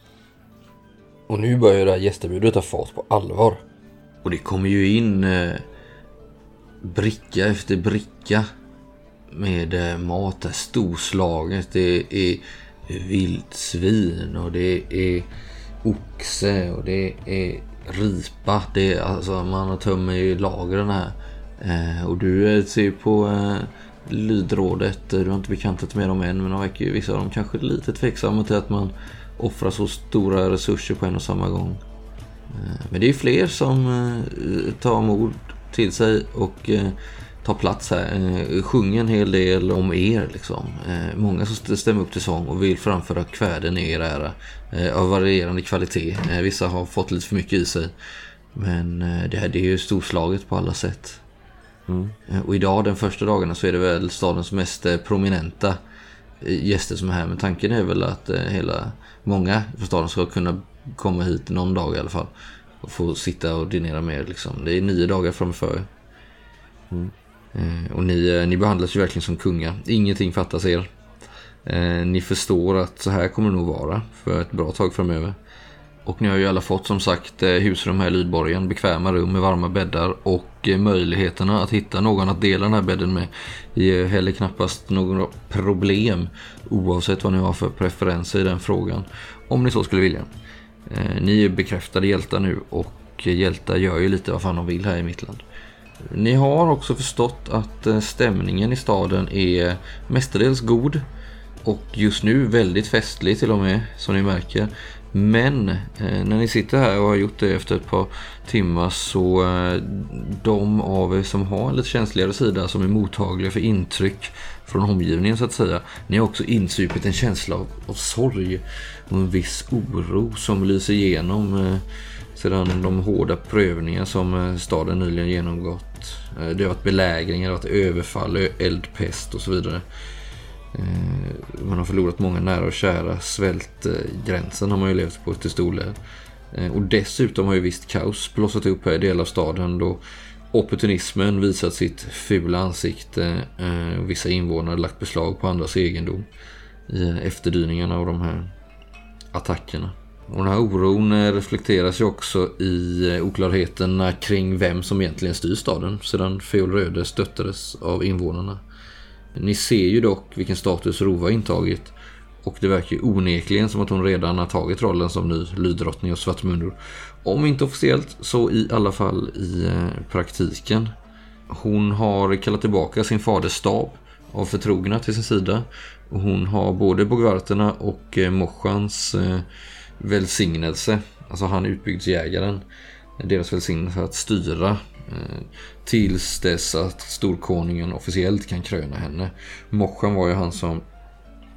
Och nu börjar det här gästebudet ta fart på allvar. Och det kommer ju in eh, bricka efter bricka med eh, mat där storslaget. Det är vildsvin och det är oxe och det är ripa. Det är, alltså, man har tömt i lagren här. Eh, och du eh, ser på eh, lydrådet. Du har inte bekantat med dem än, men de verkar ju, vissa av dem kanske lite tveksamma till att man offrar så stora resurser på en och samma gång. Eh, men det är fler som eh, tar mod till sig och eh, tar plats här. Eh, sjunger en hel del om er liksom. Eh, många som stämmer upp till sång och vill framföra kväden i er ära. Eh, av varierande kvalitet. Eh, vissa har fått lite för mycket i sig. Men eh, det här det är ju storslaget på alla sätt. Mm. Eh, och idag, den första dagarna, så är det väl stadens mest eh, prominenta eh, gäster som är här. Men tanken är väl att eh, hela många från staden ska kunna komma hit någon dag i alla fall. Och få sitta och dinera med liksom. Det är nio dagar framför. Mm. Eh, och ni, ni behandlas ju verkligen som kungar. Ingenting fattas er. Eh, ni förstår att så här kommer det nog vara för ett bra tag framöver. Och ni har ju alla fått som sagt eh, husrum här i Lydborgen. Bekväma rum med varma bäddar. Och eh, möjligheterna att hitta någon att dela den här bädden med ger heller knappast några problem. Oavsett vad ni har för preferenser i den frågan. Om ni så skulle vilja. Eh, ni är bekräftade hjältar nu. Och hjältar gör ju lite vad fan de vill här i Mittland. Ni har också förstått att stämningen i staden är mestadels god och just nu väldigt festlig till och med, som ni märker. Men eh, när ni sitter här och har gjort det efter ett par timmar, så eh, de av er som har en lite känsligare sida, som är mottagliga för intryck från omgivningen så att säga, ni har också insupit en känsla av, av sorg och en viss oro som lyser igenom eh, sedan de hårda prövningar som staden nyligen genomgått. Det har varit belägringar, det har varit överfall, eldpest och så vidare. Man har förlorat många nära och kära. Svältgränsen har man ju levt på till stor del. Och dessutom har ju visst kaos blossat upp här i delar av staden då opportunismen visat sitt fula ansikte. Vissa invånare lagt beslag på andras egendom i efterdyningarna av de här attackerna. Och den här oron reflekteras ju också i oklarheterna kring vem som egentligen styr staden sedan Feol Röde stöttades av invånarna. Ni ser ju dock vilken status Rova intagit, och det verkar ju onekligen som att hon redan har tagit rollen som ny lyddrottning och Svartmundur. Om inte officiellt så i alla fall i praktiken. Hon har kallat tillbaka sin faders stab av förtrogna till sin sida, och hon har både Bogvarterna och Mochans välsignelse, alltså han utbygdsjägaren, deras välsignelse att styra eh, tills dess att storkonungen officiellt kan kröna henne. Mochan var ju han som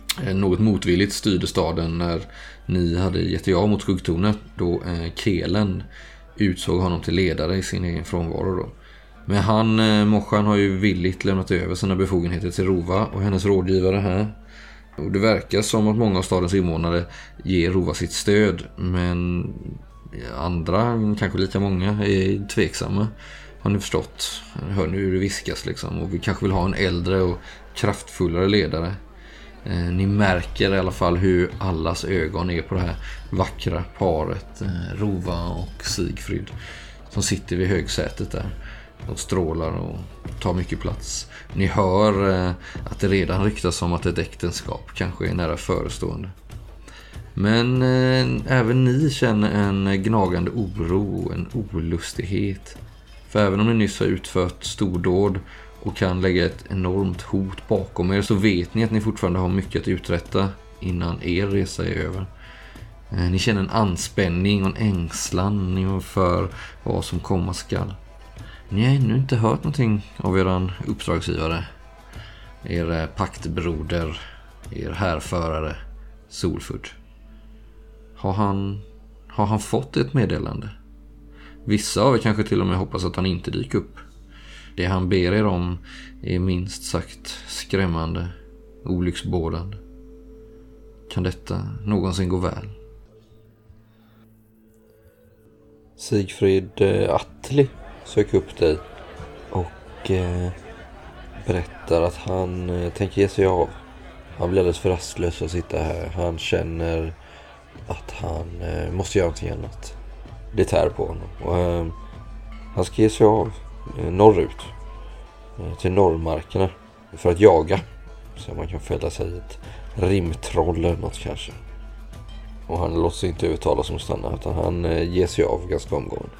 något motvilligt styrde staden när ni hade gett er av mot skuggtornet, då eh, Kelen utsåg honom till ledare i sin egen frånvaro då. Men han, eh, Moshan, har ju villigt lämnat över sina befogenheter till Rova och hennes rådgivare här. Och det verkar som att många av stadens invånare ger Rova sitt stöd, men andra, kanske lika många, är tveksamma. Har ni förstått? Hör nu hur det viskas liksom. Och vi kanske vill ha en äldre och kraftfullare ledare. Eh, ni märker i alla fall hur allas ögon är på det här vackra paret, eh, Rova och Sigfrid, som sitter vid högsätet där. De strålar och tar mycket plats. Ni hör eh, att det redan ryktas om att ett äktenskap kanske är nära förestående. Men eh, även ni känner en gnagande oro, en olustighet. För även om ni nyss har utfört stordåd och kan lägga ett enormt hot bakom er, så vet ni att ni fortfarande har mycket att uträtta innan er resa är över. Eh, ni känner en anspänning och en ängslan inför vad som komma skall. Ni har ännu inte hört någonting av eran uppdragsgivare, er paktbroder, er härförare Solfud. Har han, har han fått ett meddelande? Vissa av er kanske till och med hoppas att han inte dyker upp. Det han ber er om är minst sagt skrämmande, olycksbådande. Kan detta någonsin gå väl? Sigfrid eh, Attli söker upp dig och eh, berättar att han eh, tänker ge sig av. Han blir alldeles för rastlös att sitta här. Han känner att han eh, måste göra någonting annat. Det tär på honom. Och, eh, han ska ge sig av eh, norrut. Eh, till norrmarkerna. För att jaga. Så man kan fälla sig ett rimtroll eller något kanske. Och han låter sig inte övertala som stannar. Utan han eh, ger sig av ganska omgående.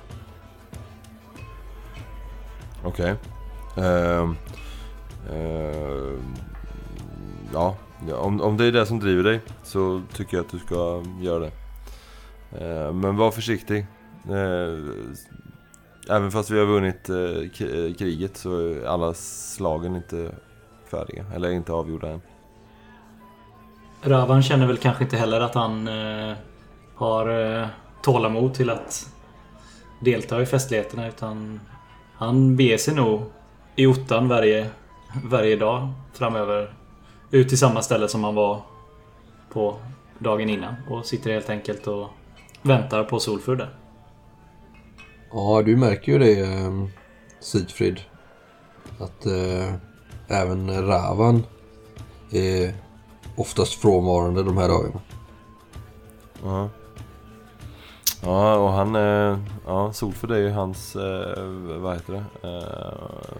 Okej. Okay. Uh, uh, ja, om, om det är det som driver dig så tycker jag att du ska göra det. Uh, men var försiktig. Uh, även fast vi har vunnit uh, k- kriget så är alla slagen inte färdiga. Eller inte avgjorda än. Ravan känner väl kanske inte heller att han uh, har uh, tålamod till att delta i festligheterna, utan han beger sig nog i ottan varje, varje dag framöver ut till samma ställe som han var på dagen innan och sitter helt enkelt och väntar på Solfud där. Ja, du märker ju det, Sigfrid, att äh, även Ravan är oftast frånvarande de här dagarna. Ja. Ja, och han eh, ja, Solfud är ju hans eh, vad heter det? Eh,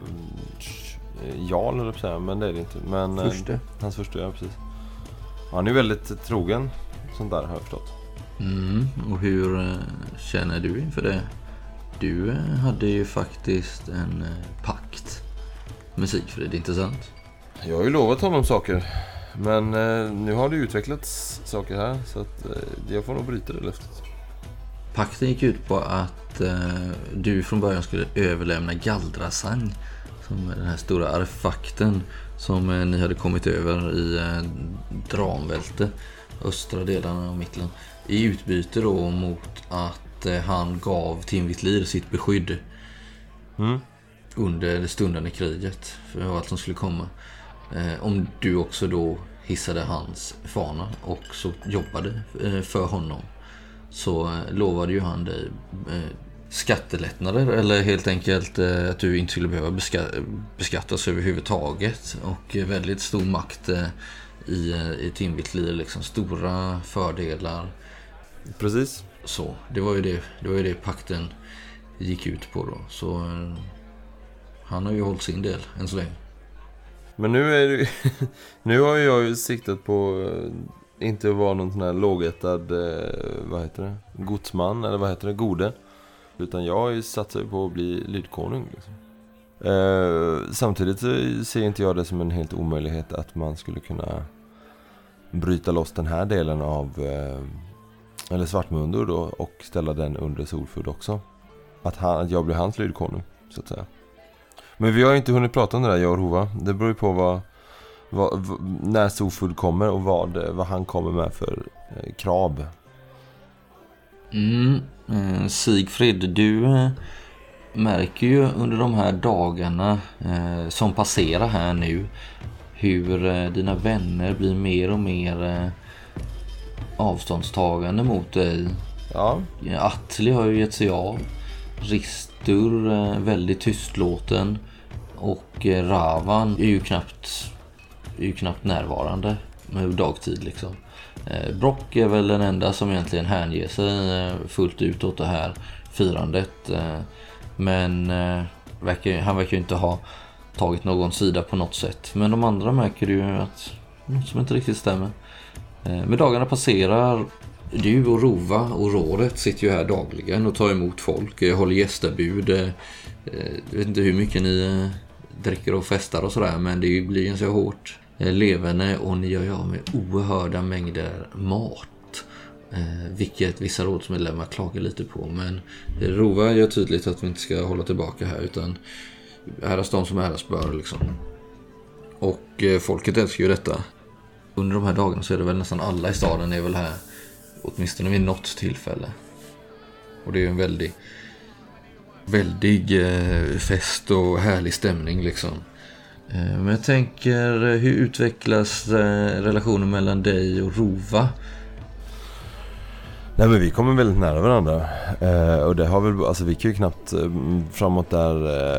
Jarl eller så, men det är det inte. Men eh, Förste. Hans första, ja, precis. Han är väldigt trogen, sånt där har jag förstått. Mm, och hur eh, känner du inför det? Du eh, hade ju faktiskt en eh, pakt med Sigfrid, inte sant? Jag har ju lovat honom saker. Men eh, nu har det utvecklats saker här, så att eh, jag får nog bryta det löftet. Pakten gick ut på att eh, du från början skulle överlämna Galdrasang, som är den här stora artefakten som eh, ni hade kommit över i eh, Dranvälte, östra delarna av Mittland, i utbyte då mot att eh, han gav Tinvitlir sitt beskydd Mm. under det stundande kriget för allt som skulle komma. Eh, om du också då hissade hans fana och så jobbade eh, för honom, så eh, lovade ju han dig eh, skattelättnader, eller helt enkelt eh, att du inte skulle behöva beska- beskattas överhuvudtaget, och eh, väldigt stor makt eh, i, eh, i Tinvitlir, liksom stora fördelar. Precis. Så det var ju det, det var ju det pakten gick ut på då. Så eh, han har ju hållit sin del än så länge. Men nu är det, nu har jag ju siktat på inte att vara någon sån här lågättad, vad heter det, godsman eller vad heter det, gode, utan jag har ju satsat på att bli lydkonung liksom. eh, Samtidigt så ser inte jag det som en helt omöjlighet att man skulle kunna bryta loss den här delen av eh, eller Svartmundur då, och ställa den under Solfud också. Att, han, att jag blir hans lydkonung, så att säga. Men vi har inte hunnit prata om det där, jag och Rova. Det beror ju på vad, vad, v, när Sofud kommer och vad, vad han kommer med för eh, krav. Mm, eh, Sigfrid, du eh, märker ju under de här dagarna eh, som passerar här nu hur eh, dina vänner blir mer och mer eh, avståndstagande mot dig. Ja. Atli har ju gett sig av. Ristur eh, väldigt tystlåten. Och eh, Ravan är ju knappt är ju knappt närvarande med dagtid liksom. Eh, Brock är väl den enda som egentligen hänger sig eh, fullt ut åt det här firandet. Eh, men eh, verkar, han verkar ju inte ha tagit någon sida på något sätt. Men de andra märker ju att något som inte riktigt stämmer. Eh, med dagarna passerar. Du och Rova och rådet sitter ju här dagligen och tar emot folk. Jag håller gästabud. Jag vet inte hur mycket ni dricker och festar och sådär, men det blir ju så hårt levande och ni gör ju av med oerhörda mängder mat. Vilket vissa rådsmedlemmar klagar lite på. Men Rova gör tydligt att vi inte ska hålla tillbaka här, utan äras de som äras bör liksom. Och folket älskar ju detta. Under de här dagarna så är det väl nästan alla i staden är väl här. Åtminstone vid något tillfälle. Och det är ju en väldigt väldigt eh, fest och härlig stämning liksom. Eh, men jag tänker, hur utvecklas eh, relationen mellan dig och Rova? Nej, men vi kommer väldigt nära varandra. Eh, och det har väl, alltså vi kan ju knappt eh, framåt där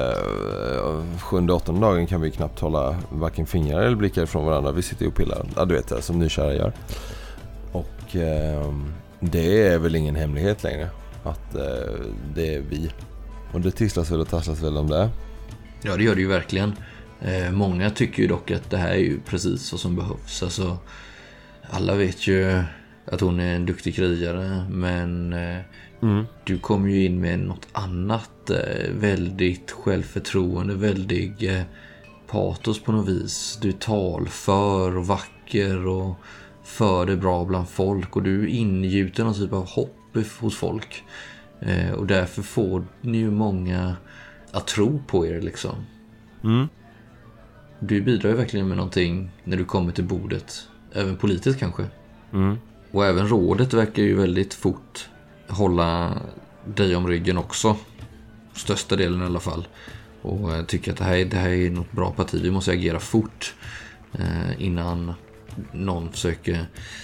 eh, sjunde, åttonde dagen kan vi knappt hålla varken fingrar eller blickar ifrån varandra. Vi sitter ju och pillar, ja du vet det, som nykära gör. Och eh, det är väl ingen hemlighet längre att eh, det är vi. Och det tisslas väl och tasslas väl om det. Ja, det gör det ju verkligen. Eh, många tycker ju dock att det här är ju precis vad som behövs. Alltså, alla vet ju att hon är en duktig krigare, men eh, mm. du kom ju in med något annat. Eh, väldigt självförtroende, väldigt eh, patos på något vis. Du är talför och vacker och för det bra bland folk, och du ingjuter någon typ av hopp hos folk. Eh, och därför får ni ju många att tro på er liksom. Mm. Du bidrar ju verkligen med någonting när du kommer till bordet. Även politiskt kanske. Mm. Och även rådet verkar ju väldigt fort hålla dig om ryggen också. Största delen i alla fall. Och jag tycker att det här, det här är något bra parti. Vi måste agera fort eh, innan någon försöker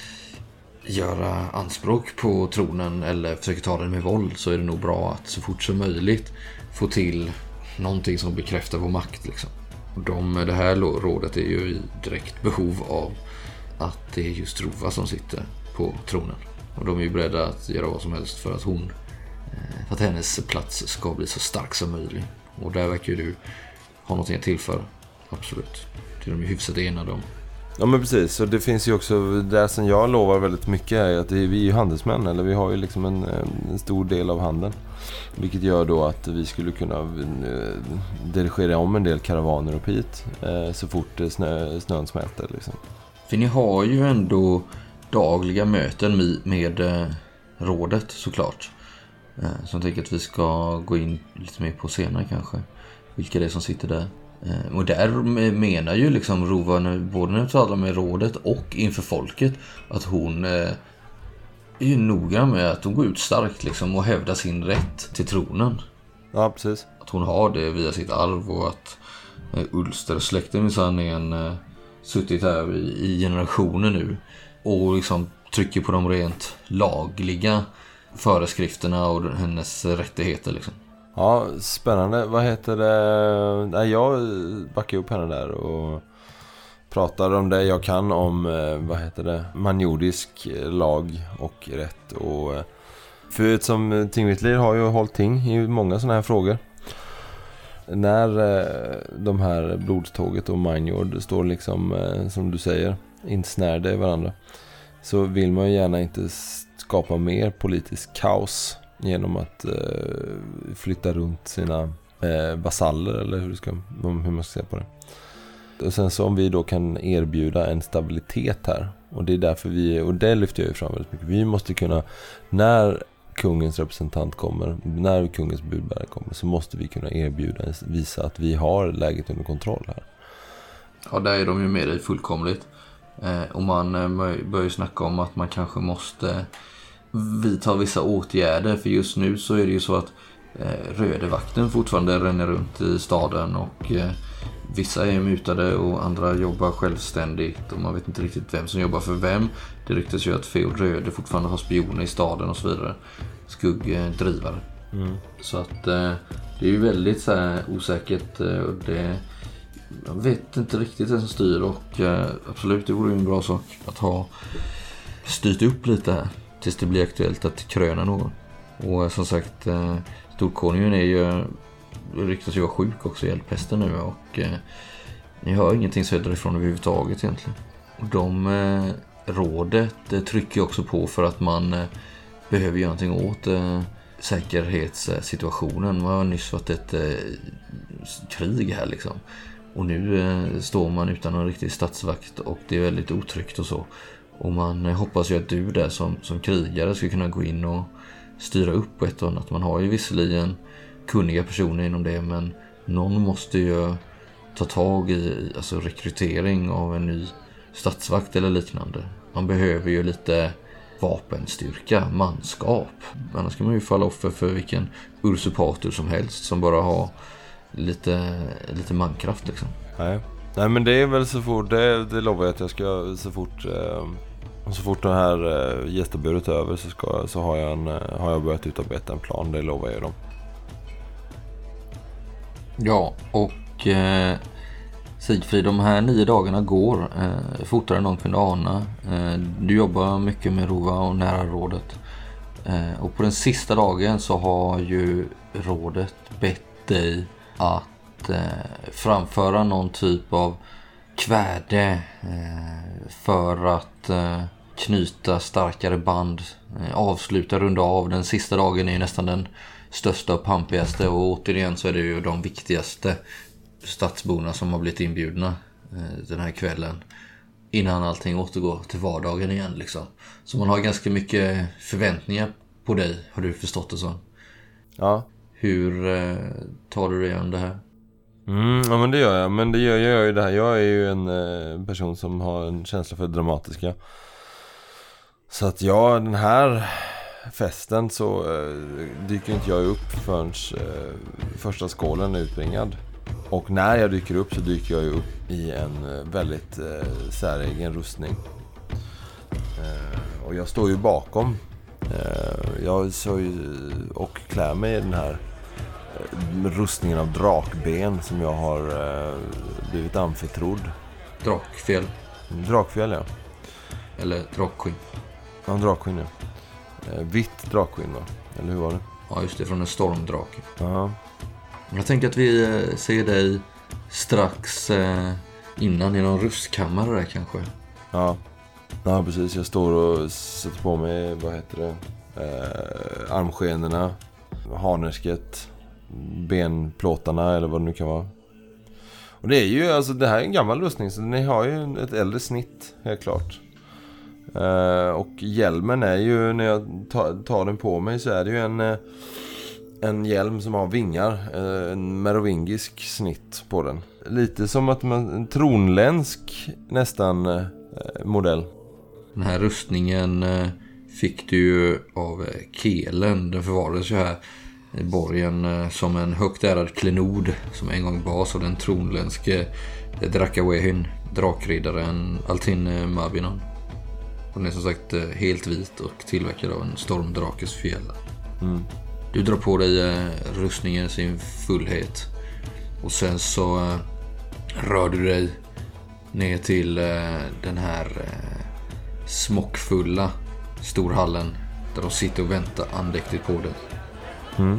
göra anspråk på tronen eller försöker ta den med våld. Så är det nog bra att så fort som möjligt få till någonting som bekräftar vår makt liksom. Och de, det här rådet är ju i direkt behov av att det är just Rova som sitter på tronen. Och de är ju beredda att göra vad som helst för att hon, för att hennes plats ska bli så stark som möjligt. Och där verkar ju du ha någonting att tillföra. Absolut. Det är de ju hyfsat enade om. Ja, men precis, så det finns ju också det som jag lovar väldigt mycket är att vi är ju handelsmän, eller vi har ju liksom en, en stor del av handeln, vilket gör då att vi skulle kunna dirigera om en del karavaner upp hit eh, så fort snö, snön smälter liksom. För ni har ju ändå dagliga möten med, med eh, rådet såklart, eh, som tänker att vi ska gå in lite mer på senare kanske, vilka det är som sitter där. Och där menar ju liksom Rova, både när vi talar med rådet och inför folket, att hon är ju noga med att hon går ut starkt liksom och hävdar sin rätt till tronen. Ja, precis. Att hon har det via sitt arv, och att Ulster släkten minsann är en suttit här i generationer nu och liksom trycker på de rent lagliga föreskrifterna och hennes rättigheter liksom. Ja, spännande. Vad heter det? Nej, jag backar upp henne där och pratar om det jag kan om, vad heter det, manjordisk lag och rätt. Och för som Tingvittlir har ju hållit ting i många sådana här frågor. När de här blodståget och Manjord står liksom, som du säger, insnärda i varandra, så vill man ju gärna inte skapa mer politisk kaos genom att eh, flytta runt sina eh, basaller, eller hur, ska, hur man ska se på det. Och sen så om vi då kan erbjuda en stabilitet här, och det är därför vi, och det lyfter jag ju fram väldigt mycket, vi måste kunna, när kungens representant kommer, när kungens budbärare kommer, så måste vi kunna erbjuda, visa att vi har läget under kontroll här. Ja, där är de ju med dig fullkomligt. Eh, och man eh, börjar ju snacka om att man kanske måste vidta vissa åtgärder. För just nu så är det ju så att eh, rödevakten fortfarande ränner runt i staden. Och eh, vissa är mutade och andra jobbar självständigt. Och man vet inte riktigt vem som jobbar för vem. Det ryktas ju att Feod Röde fortfarande har spioner i staden och så vidare. Skuggdrivare. Mm. Så att eh, det är ju väldigt så här osäkert. Eh, och det... Jag vet inte riktigt vad som styr och eh, absolut, det vore ju en bra sak att ha styrt upp lite här tills det blir aktuellt att kröna någon. Och eh, som sagt, eh, Storkonungen är ju riktigt ju vara sjuk också i eldpesten nu och eh, ni hör ingenting söderifrån överhuvudtaget egentligen. Och de eh, rådet eh, trycker också på för att man eh, behöver göra någonting åt eh, säkerhetssituationen. Man har nyss varit ett eh, krig här liksom. Och nu eh, står man utan någon riktig statsvakt och det är väldigt otryggt och så. Och man eh, hoppas ju att du där som, som krigare ska kunna gå in och styra upp på ett och annat. Man har ju visserligen kunniga personer inom det, men någon måste ju ta tag i alltså rekrytering av en ny statsvakt eller liknande. Man behöver ju lite vapenstyrka, manskap. Annars kan man ju falla offer för vilken usurpator som helst som bara har lite, lite mankraft liksom. Nej. Nej, men det är väl så fort, det, det lovar jag att jag ska så fort eh, så fort det här eh, gästabudet är över så, ska, så har, jag en, har jag börjat utarbeta en plan, det lovar jag dem. Ja, och eh, Sigfrid, de här nio dagarna går eh, fortare än någon kunde ana. Eh, du jobbar mycket med Rova och nära rådet. Eh, och på den sista dagen så har ju rådet bett dig att eh, framföra någon typ av kväde eh, för att eh, knyta starkare band, eh, avsluta, runda av. Den sista dagen är ju nästan den största och pampigaste och återigen så är det ju de viktigaste stadsborna som har blivit inbjudna eh, den här kvällen innan allting återgår till vardagen igen liksom. Så man har ganska mycket förväntningar på dig, har du förstått det så? Ja. Hur eh, tar du dig an det här? Mm, ja men det gör jag, men det gör jag ju det här. Jag är ju en eh, person som har en känsla för det dramatiska. Så att jag, den här festen så eh, dyker inte jag upp förrän eh, första skålen är utbringad. Och när jag dyker upp så dyker jag ju upp i en eh, väldigt eh, säregen rustning. Eh, och jag står ju bakom. Eh, jag så ju, och klär mig i den här eh, rustningen av drakben som jag har eh, blivit anförtrodd. Drakfjäll. Drakfjäll, ja. Eller drakskinn. Ja, drakskinn, ja. Eh, vitt drakskinn, va? Eller hur var det? Ja, just det, från en stormdrake. Ja. Jag tänker att vi eh, ser dig strax eh, innan i någon rustkammare där kanske. Ja. Ja, precis. Jag står och sätter på mig, vad heter det? Eh, armskenorna, harnesket, benplåtarna eller vad det nu kan vara. Och det är ju, alltså det här är en gammal rustning så ni har ju ett äldre snitt, helt klart. Uh, och hjälmen är ju, när jag tar, tar den på mig så är det ju en, uh, en hjälm som har vingar, uh, en merovingisk snitt på den. Lite som att man, en tronländsk nästan uh, modell. Den här rustningen uh, fick du ju av uh, Kelen. Den förvarades ju här i borgen uh, som en högt ärad klenod som en gång bas av den tronländske uh, Drakawehin, drakriddaren Altin uh, Mabinon. Den är som sagt helt vit och tillverkad av en stormdrakes fjäll. Mm. Du drar på dig eh, rustningen i sin fullhet. Och sen så eh, rör du dig ner till eh, den här eh, smockfulla storhallen. Där de sitter och väntar andäktigt på dig. Mm.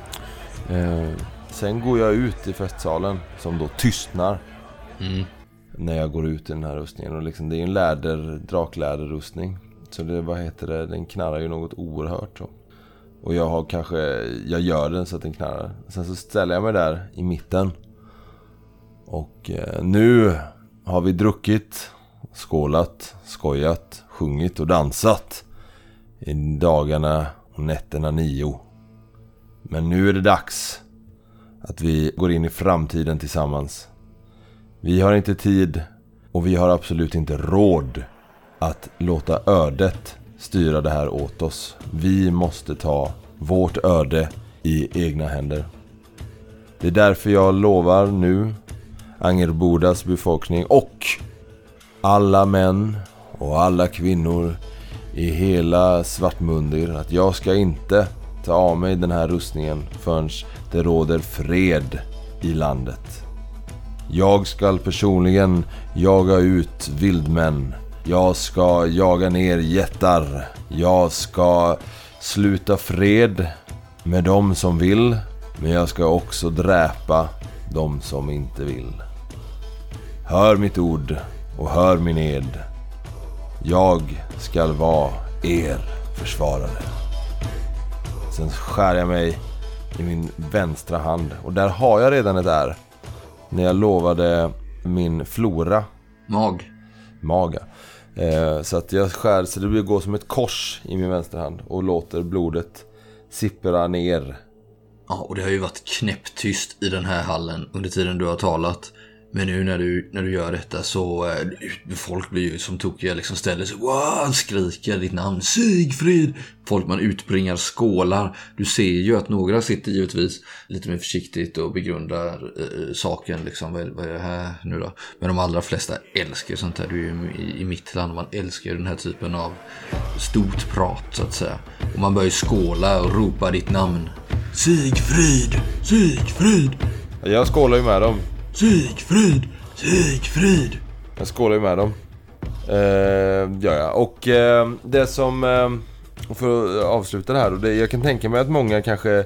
Eh, sen går jag ut i festsalen som då tystnar. Mm. När jag går ut i den här rustningen. Och liksom, det är en läder, drakläderrustning. Så det, vad heter det, den knarrar ju något oerhört så. Och jag har kanske, jag gör den så att den knarrar. Sen så ställer jag mig där i mitten. Och eh, nu har vi druckit, skålat, skojat, sjungit och dansat. I dagarna och nätterna nio. Men nu är det dags att vi går in i framtiden tillsammans. Vi har inte tid och vi har absolut inte råd att låta ödet styra det här åt oss. Vi måste ta vårt öde i egna händer. Det är därför jag lovar nu Angerbodas befolkning och alla män och alla kvinnor i hela Svartmundir att jag ska inte ta av mig den här rustningen förrän det råder fred i landet. Jag ska personligen jaga ut vildmän. Jag ska jaga ner jättar. Jag ska sluta fred med dem som vill. Men jag ska också dräpa dem som inte vill. Hör mitt ord och hör min ed. Jag ska vara er försvarare. Sen skär jag mig i min vänstra hand. Och där har jag redan ett är. När jag lovade min flora. Mag. Maga. Eh, så att jag skär så det blir gå som ett kors i min vänstra hand. Och låter blodet sippra ner. Ja, och det har ju varit knäpptyst i den här hallen under tiden du har talat. Men nu när du, när du gör detta så äh, folk blir ju som tokiga, liksom ställer sig, wow, skriker ditt namn, Sigfrid. Folk man utbringar skålar. Du ser ju att några sitter givetvis lite mer försiktigt och begrundar äh, saken, liksom, vad, vad är det här nu då? Men de allra flesta älskar sånt här. Du är ju i, i mitt land, man älskar ju den här typen av stort prat så att säga. Och man börjar skåla och ropa ditt namn. Sigfrid, Sigfrid. Jag skålar ju med dem. Sigfrid, Sigfrid. Jag skålar ju med dem. Eh, ja, ja. Och eh, det som... Eh, för att avsluta det här. Och det, jag kan tänka mig att många kanske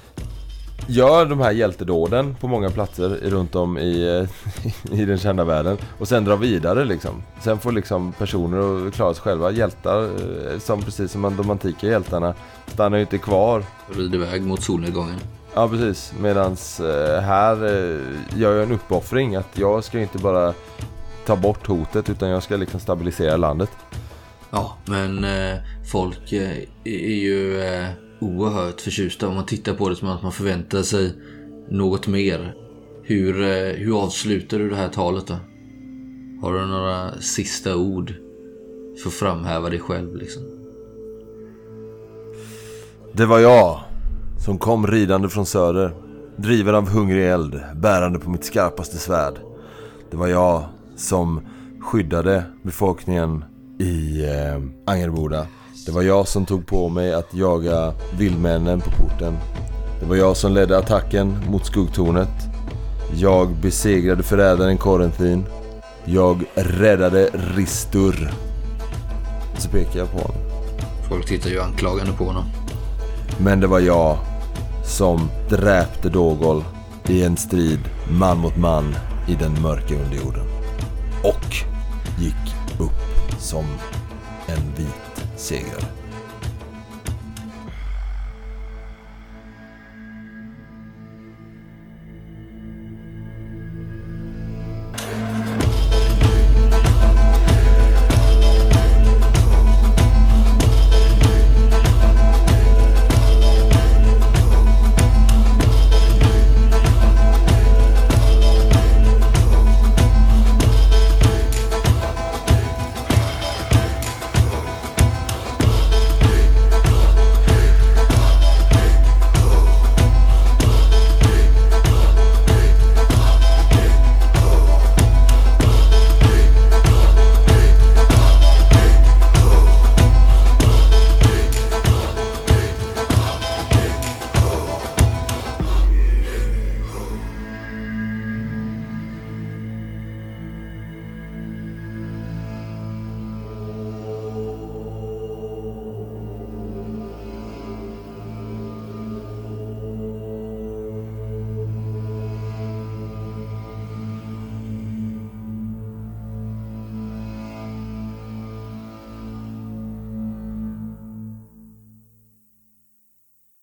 gör de här hjältedåden på många platser runt om i, i den kända världen. Och sen drar vidare liksom. Sen får liksom personer klara sig själva. Hjältar, som precis som de antika hjältarna, stannar ju inte kvar. Rider iväg mot solnedgången. Ja, precis. Medans eh, här eh, gör jag en uppoffring att jag ska inte bara ta bort hotet utan jag ska liksom stabilisera landet. Ja, men eh, folk eh, är ju eh, oerhört förtjusta om man tittar på det som att man förväntar sig något mer. Hur, eh, hur avslutar du det här talet då? Har du några sista ord för att framhäva dig själv liksom? Det var jag som kom ridande från söder, driven av hungrig eld, bärande på mitt skarpaste svärd. Det var jag som skyddade befolkningen i eh, Angerboda. Det var jag som tog på mig att jaga vildmännen på porten. Det var jag som ledde attacken mot skuggtornet. Jag besegrade förrädaren Corentin. Jag räddade Ristur. Så pekar jag på honom. Folk tittar ju anklagande på honom. Men det var jag som dräpte Dågol i en strid man mot man i den mörka underjorden. Och gick upp som en vit segrare.